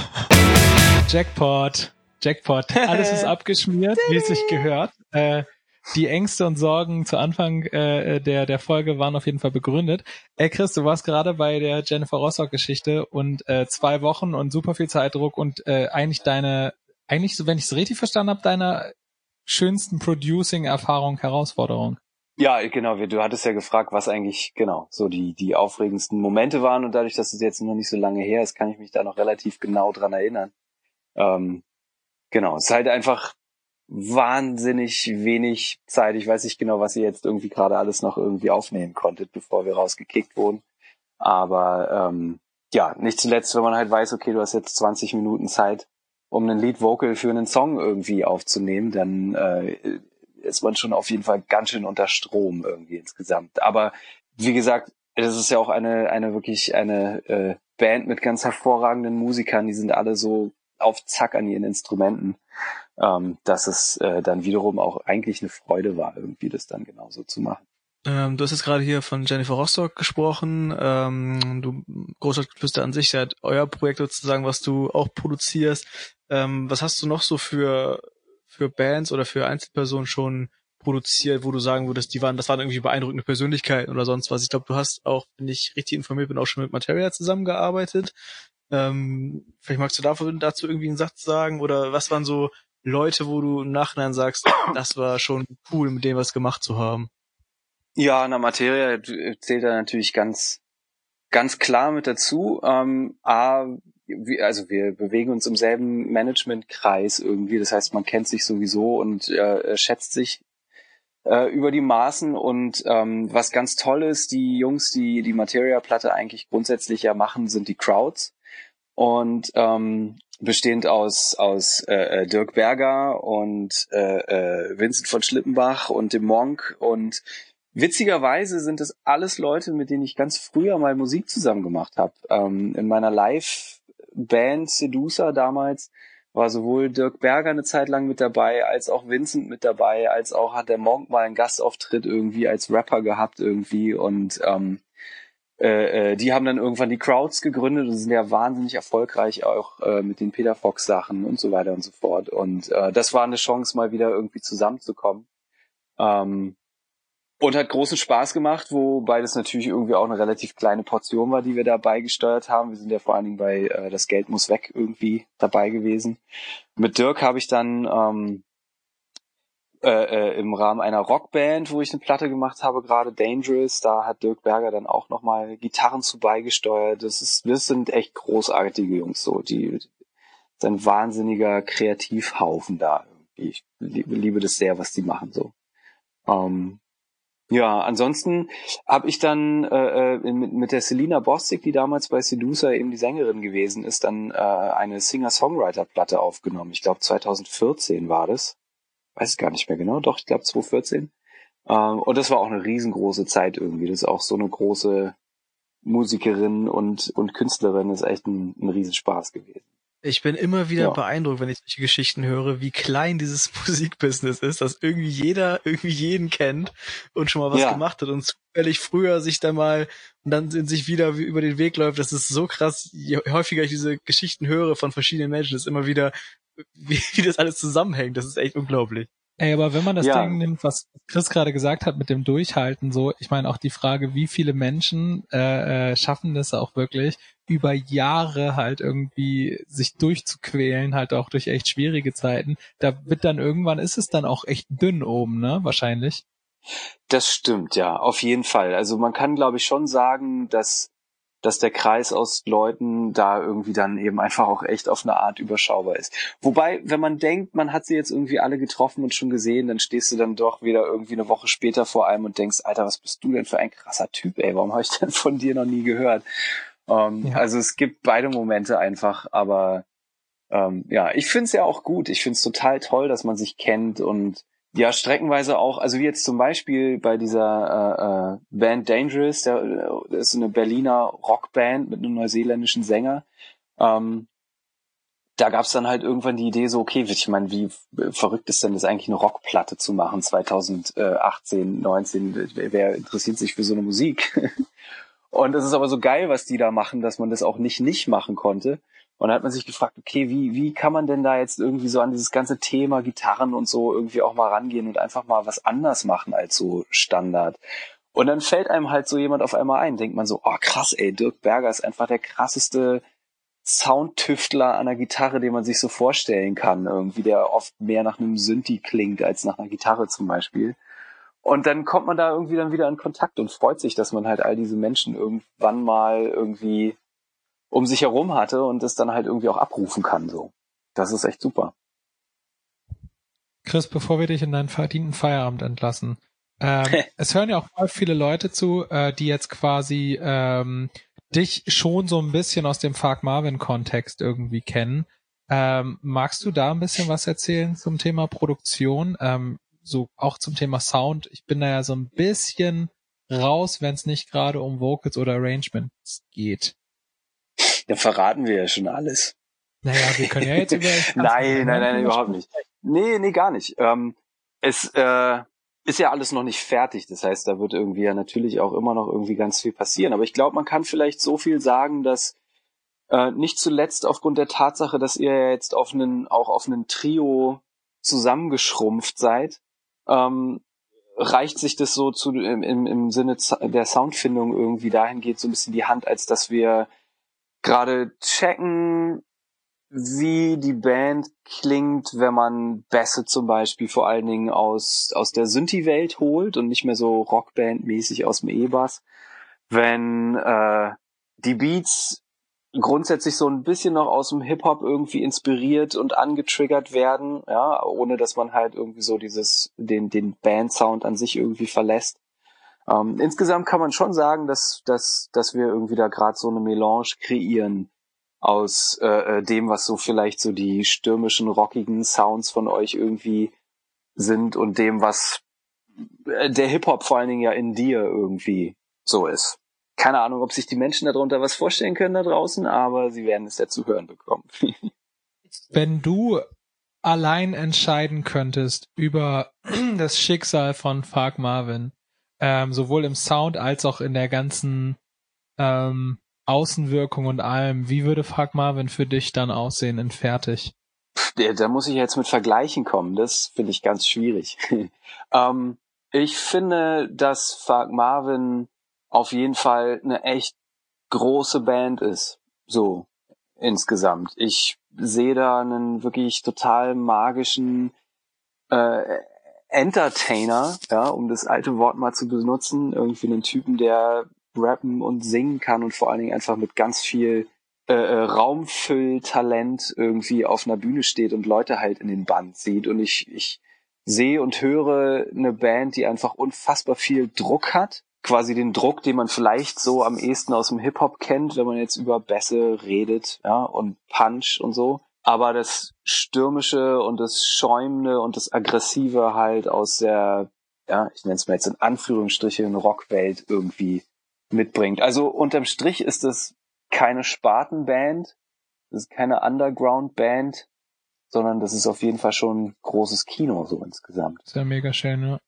Jackpot. Alles ist abgeschmiert, wie es sich gehört. Die Ängste und Sorgen zu Anfang der Folge waren auf jeden Fall begründet. Chris, du warst gerade bei der Jennifer Rostock-Geschichte und 2 Wochen und super viel Zeitdruck und eigentlich so, wenn ich es richtig verstanden habe, deiner schönsten Producing-Erfahrung, Herausforderung. Ja, genau. Du hattest ja gefragt, was eigentlich genau so die aufregendsten Momente waren und dadurch, dass es jetzt noch nicht so lange her ist, kann ich mich da noch relativ genau dran erinnern. Genau, es ist halt einfach wahnsinnig wenig Zeit. Ich weiß nicht genau, was ihr jetzt irgendwie gerade alles noch irgendwie aufnehmen konntet, bevor wir rausgekickt wurden. Aber ja, nicht zuletzt, wenn man halt weiß, okay, du hast jetzt 20 Minuten Zeit, um einen Lead-Vocal für einen Song irgendwie aufzunehmen, dann ist man schon auf jeden Fall ganz schön unter Strom irgendwie insgesamt. Aber wie gesagt, das ist ja auch eine Band mit ganz hervorragenden Musikern, die sind alle so auf Zack an ihren Instrumenten, dass es dann wiederum auch eigentlich eine Freude war, irgendwie das dann genauso zu machen. Du hast jetzt gerade hier von Jennifer Rostock gesprochen. Du Großstadtgeflüster an sich, seid euer Projekt sozusagen, was du auch produzierst. Was hast du noch so für Bands oder für Einzelpersonen schon produziert, wo du sagen würdest, das waren irgendwie beeindruckende Persönlichkeiten oder sonst was? Ich glaube, du hast auch, wenn ich richtig informiert bin, auch schon mit Materia zusammengearbeitet. Vielleicht magst du dazu irgendwie einen Satz sagen oder was waren so Leute, wo du im Nachhinein sagst, das war schon cool, mit denen was gemacht zu haben? Ja, Materia zählt da natürlich ganz klar mit dazu. Wir bewegen uns im selben Managementkreis irgendwie. Das heißt, man kennt sich sowieso und schätzt sich über die Maßen. Und was ganz toll ist, die Jungs, die Materia-Platte eigentlich grundsätzlich ja machen, sind die Crowds. und bestehend aus Dirk Berger und Vincent von Schlippenbach und dem Monk. Und witzigerweise sind das alles Leute, mit denen ich ganz früher mal Musik zusammen gemacht habe. In meiner Live-Band Sedusa damals war sowohl Dirk Berger eine Zeit lang mit dabei, als auch Vincent mit dabei, als auch hat der Monk mal einen Gastauftritt irgendwie als Rapper gehabt irgendwie. Und die haben dann irgendwann die Crowds gegründet und sind ja wahnsinnig erfolgreich auch mit den Peter Fox Sachen und so weiter und so fort. Und das war eine Chance, mal wieder irgendwie zusammenzukommen. Und hat großen Spaß gemacht, wobei das natürlich irgendwie auch eine relativ kleine Portion war, die wir da beigesteuert haben. Wir sind ja vor allen Dingen bei Das Geld muss weg irgendwie dabei gewesen. Mit Dirk habe ich dann im Rahmen einer Rockband, wo ich eine Platte gemacht habe, gerade Dangerous, da hat Dirk Berger dann auch nochmal Gitarren zu beigesteuert. Das sind echt großartige Jungs, so, das ist ein wahnsinniger Kreativhaufen da irgendwie. Ich liebe das sehr, was die machen, so. Ja, ansonsten habe ich dann mit der Selina Bostic, die damals bei Sedusa eben die Sängerin gewesen ist, dann eine Singer-Songwriter-Platte aufgenommen. Ich glaube 2014 war das. Weiß gar nicht mehr genau, doch, ich glaube 2014. Und das war auch eine riesengroße Zeit irgendwie. Das ist auch so eine große Musikerin und Künstlerin, das ist echt ein Riesenspaß gewesen. Ich bin immer wieder beeindruckt, wenn ich solche Geschichten höre, wie klein dieses Musikbusiness ist, dass irgendwie jeder irgendwie jeden kennt und schon mal was gemacht hat und zufällig früher sich da mal und dann sich wieder über den Weg läuft. Das ist so krass, je häufiger ich diese Geschichten höre von verschiedenen Menschen, ist immer wieder, wie das alles zusammenhängt. Das ist echt unglaublich. Ey, aber wenn man das Ding nimmt, was Chris gerade gesagt hat mit dem Durchhalten, so, ich meine auch die Frage, wie viele Menschen schaffen das auch wirklich, über Jahre halt irgendwie sich durchzuquälen, halt auch durch echt schwierige Zeiten. Da wird dann irgendwann, ist es dann auch echt dünn oben, ne? Wahrscheinlich. Das stimmt, ja, auf jeden Fall. Also man kann, glaube ich, schon sagen, dass der Kreis aus Leuten da irgendwie dann eben einfach auch echt auf eine Art überschaubar ist. Wobei, wenn man denkt, man hat sie jetzt irgendwie alle getroffen und schon gesehen, dann stehst du dann doch wieder irgendwie eine Woche später vor einem und denkst, Alter, was bist du denn für ein krasser Typ, ey, warum habe ich denn von dir noch nie gehört? Also es gibt beide Momente einfach, aber ich finde es ja auch gut. Ich finde es total toll, dass man sich kennt und ja, streckenweise auch, also wie jetzt zum Beispiel bei dieser Band Dangerous, das ist eine Berliner Rockband mit einem neuseeländischen Sänger. Da gab's dann halt irgendwann die Idee so, okay, ich meine, wie verrückt ist denn das eigentlich, eine Rockplatte zu machen 2018, 19, wer interessiert sich für so eine Musik? Und es ist aber so geil, was die da machen, dass man das auch nicht machen konnte. Und dann hat man sich gefragt, okay, wie kann man denn da jetzt irgendwie so an dieses ganze Thema Gitarren und so irgendwie auch mal rangehen und einfach mal was anders machen als so Standard. Und dann fällt einem halt so jemand auf einmal ein, denkt man so, oh krass, ey, Dirk Berger ist einfach der krasseste Soundtüftler an der Gitarre, den man sich so vorstellen kann. Irgendwie, der oft mehr nach einem Synthi klingt als nach einer Gitarre zum Beispiel. Und dann kommt man da irgendwie dann wieder in Kontakt und freut sich, dass man halt all diese Menschen irgendwann mal irgendwie um sich herum hatte und das dann halt irgendwie auch abrufen kann, so. Das ist echt super. Chris, bevor wir dich in deinen verdienten Feierabend entlassen, es hören ja auch voll viele Leute zu, die jetzt quasi dich schon so ein bisschen aus dem Fuck Marvin-Kontext irgendwie kennen. Magst du da ein bisschen was erzählen zum Thema Produktion? So auch zum Thema Sound. Ich bin da ja so ein bisschen raus, wenn es nicht gerade um Vocals oder Arrangements geht. Ja, verraten wir ja schon alles. Naja, wir können ja jetzt über... Nein, überhaupt nicht. Nee, gar nicht. Es ist ja alles noch nicht fertig. Das heißt, da wird irgendwie ja natürlich auch immer noch irgendwie ganz viel passieren. Aber ich glaube, man kann vielleicht so viel sagen, dass nicht zuletzt aufgrund der Tatsache, dass ihr ja jetzt auf einen Trio zusammengeschrumpft seid, reicht sich das so im Sinne der Soundfindung irgendwie dahingehend so ein bisschen die Hand, als dass wir gerade checken, wie die Band klingt, wenn man Bässe zum Beispiel vor allen Dingen aus der Synthi-Welt holt und nicht mehr so Rockband-mäßig aus dem E-Bass. Wenn die Beats grundsätzlich so ein bisschen noch aus dem Hip-Hop irgendwie inspiriert und angetriggert werden, ja, ohne dass man halt irgendwie so den Band-Sound an sich irgendwie verlässt. Insgesamt kann man schon sagen, dass wir irgendwie da gerade so eine Melange kreieren aus dem, was so vielleicht so die stürmischen, rockigen Sounds von euch irgendwie sind und dem, was der Hip-Hop vor allen Dingen ja in dir irgendwie so ist. Keine Ahnung, ob sich die Menschen darunter was vorstellen können da draußen, aber sie werden es ja zu hören bekommen. Wenn du allein entscheiden könntest über das Schicksal von Phag Marvin, sowohl im Sound als auch in der ganzen Außenwirkung und allem, wie würde Phag Marvin für dich dann aussehen in fertig? Da muss ich jetzt mit Vergleichen kommen, das finde ich ganz schwierig. Ich finde, dass Phag Marvin auf jeden Fall eine echt große Band ist, so insgesamt. Ich sehe da einen wirklich total magischen Entertainer, ja, um das alte Wort mal zu benutzen, irgendwie einen Typen, der rappen und singen kann und vor allen Dingen einfach mit ganz viel Raumfülltalent irgendwie auf einer Bühne steht und Leute halt in den Bann zieht. Und ich sehe und höre eine Band, die einfach unfassbar viel Druck hat. Quasi den Druck, den man vielleicht so am ehesten aus dem Hip-Hop kennt, wenn man jetzt über Bässe redet, ja, und Punch und so. Aber das Stürmische und das Schäumende und das Aggressive halt aus der, ja, ich nenne es mal jetzt in Anführungsstrichen, Rockwelt irgendwie mitbringt. Also unterm Strich ist es keine Spartenband, das ist keine Underground-Band, sondern das ist auf jeden Fall schon großes Kino so insgesamt. Das ist ja mega schön, ja.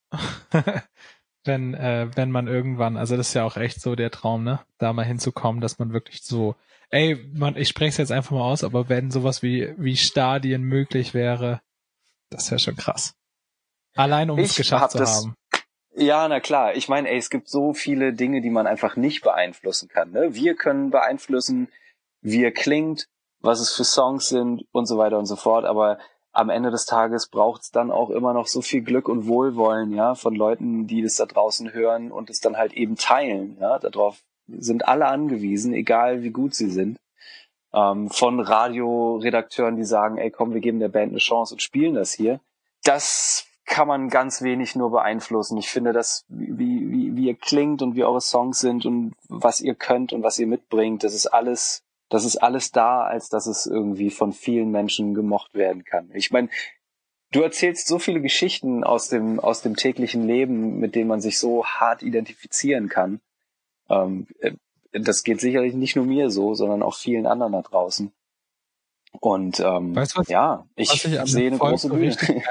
Wenn man irgendwann, also das ist ja auch echt so der Traum, ne, da mal hinzukommen, dass man wirklich so, ich spreche es jetzt einfach mal aus, aber wenn sowas wie Stadien möglich wäre, das wäre schon krass. Allein um es geschafft zu haben. Ja, na klar. Ich meine, es gibt so viele Dinge, die man einfach nicht beeinflussen kann. Ne? Wir können beeinflussen, wie er klingt, was es für Songs sind und so weiter und so fort. Aber am Ende des Tages braucht es dann auch immer noch so viel Glück und Wohlwollen, ja, von Leuten, die das da draußen hören und es dann halt eben teilen. Ja, darauf sind alle angewiesen, egal wie gut sie sind. Von Radioredakteuren, die sagen, komm, wir geben der Band eine Chance und spielen das hier. Das kann man ganz wenig nur beeinflussen. Ich finde, dass wie ihr klingt und wie eure Songs sind und was ihr könnt und was ihr mitbringt, das ist alles da, als dass es irgendwie von vielen Menschen gemocht werden kann. Ich meine, du erzählst so viele Geschichten aus dem täglichen Leben, mit denen man sich so hart identifizieren kann. Das geht sicherlich nicht nur mir so, sondern auch vielen anderen da draußen. Und weißt du, ich sehe eine große Bühne.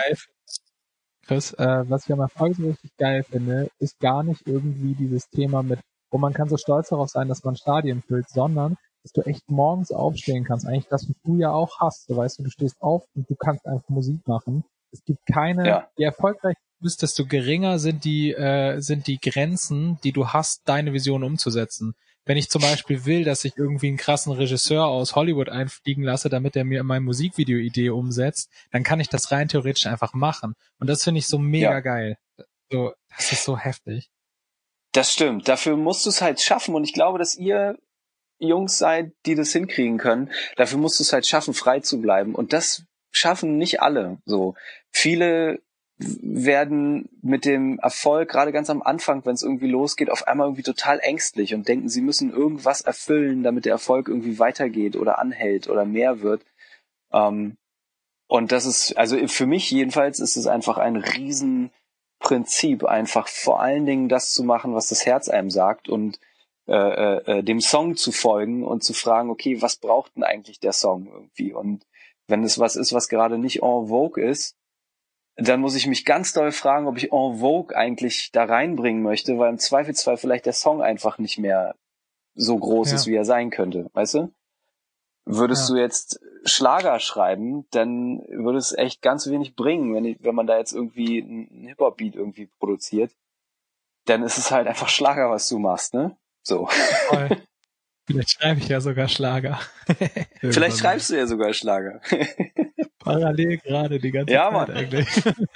Chris, was ich am Erfolg so richtig geil finde, ist gar nicht irgendwie dieses Thema mit, wo man kann so stolz darauf sein, dass man Stadien füllt, sondern dass du echt morgens aufstehen kannst. Eigentlich das, was du ja auch hast. So, weißt du, du stehst auf und du kannst einfach Musik machen. Es gibt keine, je erfolgreicher du bist, desto geringer sind die Grenzen, die du hast, deine Vision umzusetzen. Wenn ich zum Beispiel will, dass ich irgendwie einen krassen Regisseur aus Hollywood einfliegen lasse, damit er mir meine Musikvideo-Idee umsetzt, dann kann ich das rein theoretisch einfach machen. Und das finde ich so mega geil. So, das ist so heftig. Das stimmt. Dafür musst du es halt schaffen. Und ich glaube, dass ihr Jungs seid, die das hinkriegen können. Dafür musst du es halt schaffen, frei zu bleiben. Und das schaffen nicht alle. So, viele werden mit dem Erfolg, gerade ganz am Anfang, wenn es irgendwie losgeht, auf einmal irgendwie total ängstlich und denken, sie müssen irgendwas erfüllen, damit der Erfolg irgendwie weitergeht oder anhält oder mehr wird. Und das ist, also für mich jedenfalls ist es einfach ein Riesenprinzip, einfach vor allen Dingen das zu machen, was das Herz einem sagt und dem Song zu folgen und zu fragen, okay, was braucht denn eigentlich der Song irgendwie? Und wenn es was ist, was gerade nicht en vogue ist, dann muss ich mich ganz doll fragen, ob ich en vogue eigentlich da reinbringen möchte, weil im Zweifelsfall vielleicht der Song einfach nicht mehr so groß ist, wie er sein könnte, weißt du? Würdest du jetzt Schlager schreiben, dann würde es echt ganz wenig bringen, wenn man da jetzt irgendwie einen Hip-Hop-Beat irgendwie produziert, dann ist es halt einfach Schlager, was du machst, ne? So. Voll. Vielleicht schreibe ich ja sogar Schlager. Vielleicht schreibst du ja sogar Schlager. Parallel gerade die ganze Zeit Mann. Eigentlich.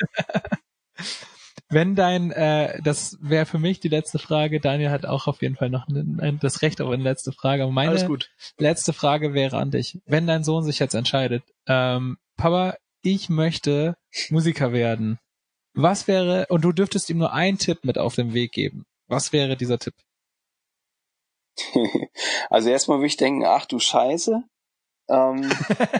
Wenn das wäre für mich die letzte Frage, Daniel hat auch auf jeden Fall noch das Recht auf eine letzte Frage, aber meine letzte Frage wäre an dich. Wenn dein Sohn sich jetzt entscheidet, Papa, ich möchte Musiker werden, was wäre, und du dürftest ihm nur einen Tipp mit auf den Weg geben, was wäre dieser Tipp? Also erstmal würde ich denken, ach du Scheiße. Und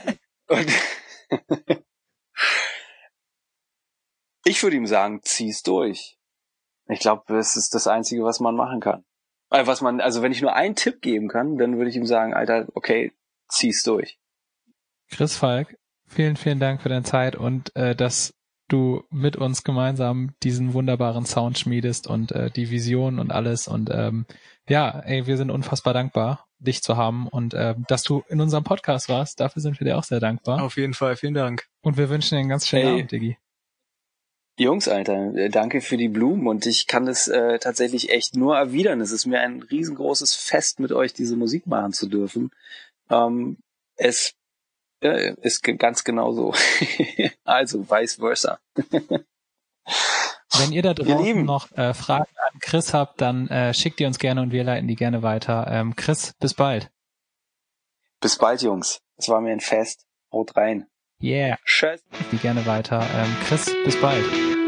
ich würde ihm sagen, zieh's durch. Ich glaube, das ist das Einzige, was man machen kann. Also wenn ich nur einen Tipp geben kann, dann würde ich ihm sagen, Alter, okay, zieh's durch. Chris Falk, vielen, vielen Dank für deine Zeit und dass du mit uns gemeinsam diesen wunderbaren Sound schmiedest und die Vision und alles. Und wir sind unfassbar dankbar, dich zu haben und dass du in unserem Podcast warst. Dafür sind wir dir auch sehr dankbar. Auf jeden Fall, vielen Dank. Und wir wünschen dir einen ganz schönen Abend, Diggi. Jungs, Alter, danke für die Blumen und ich kann das tatsächlich echt nur erwidern. Es ist mir ein riesengroßes Fest, mit euch diese Musik machen zu dürfen. Es ist ganz genau so. Also, vice versa. Wenn ihr da draußen noch Fragen an Chris habt, dann schickt die uns gerne und wir leiten die gerne weiter. Chris, bis bald. Bis bald, Jungs. Es war mir ein Fest. Haut rein. Yeah. Tschüss. Die gerne weiter. Chris, bis bald.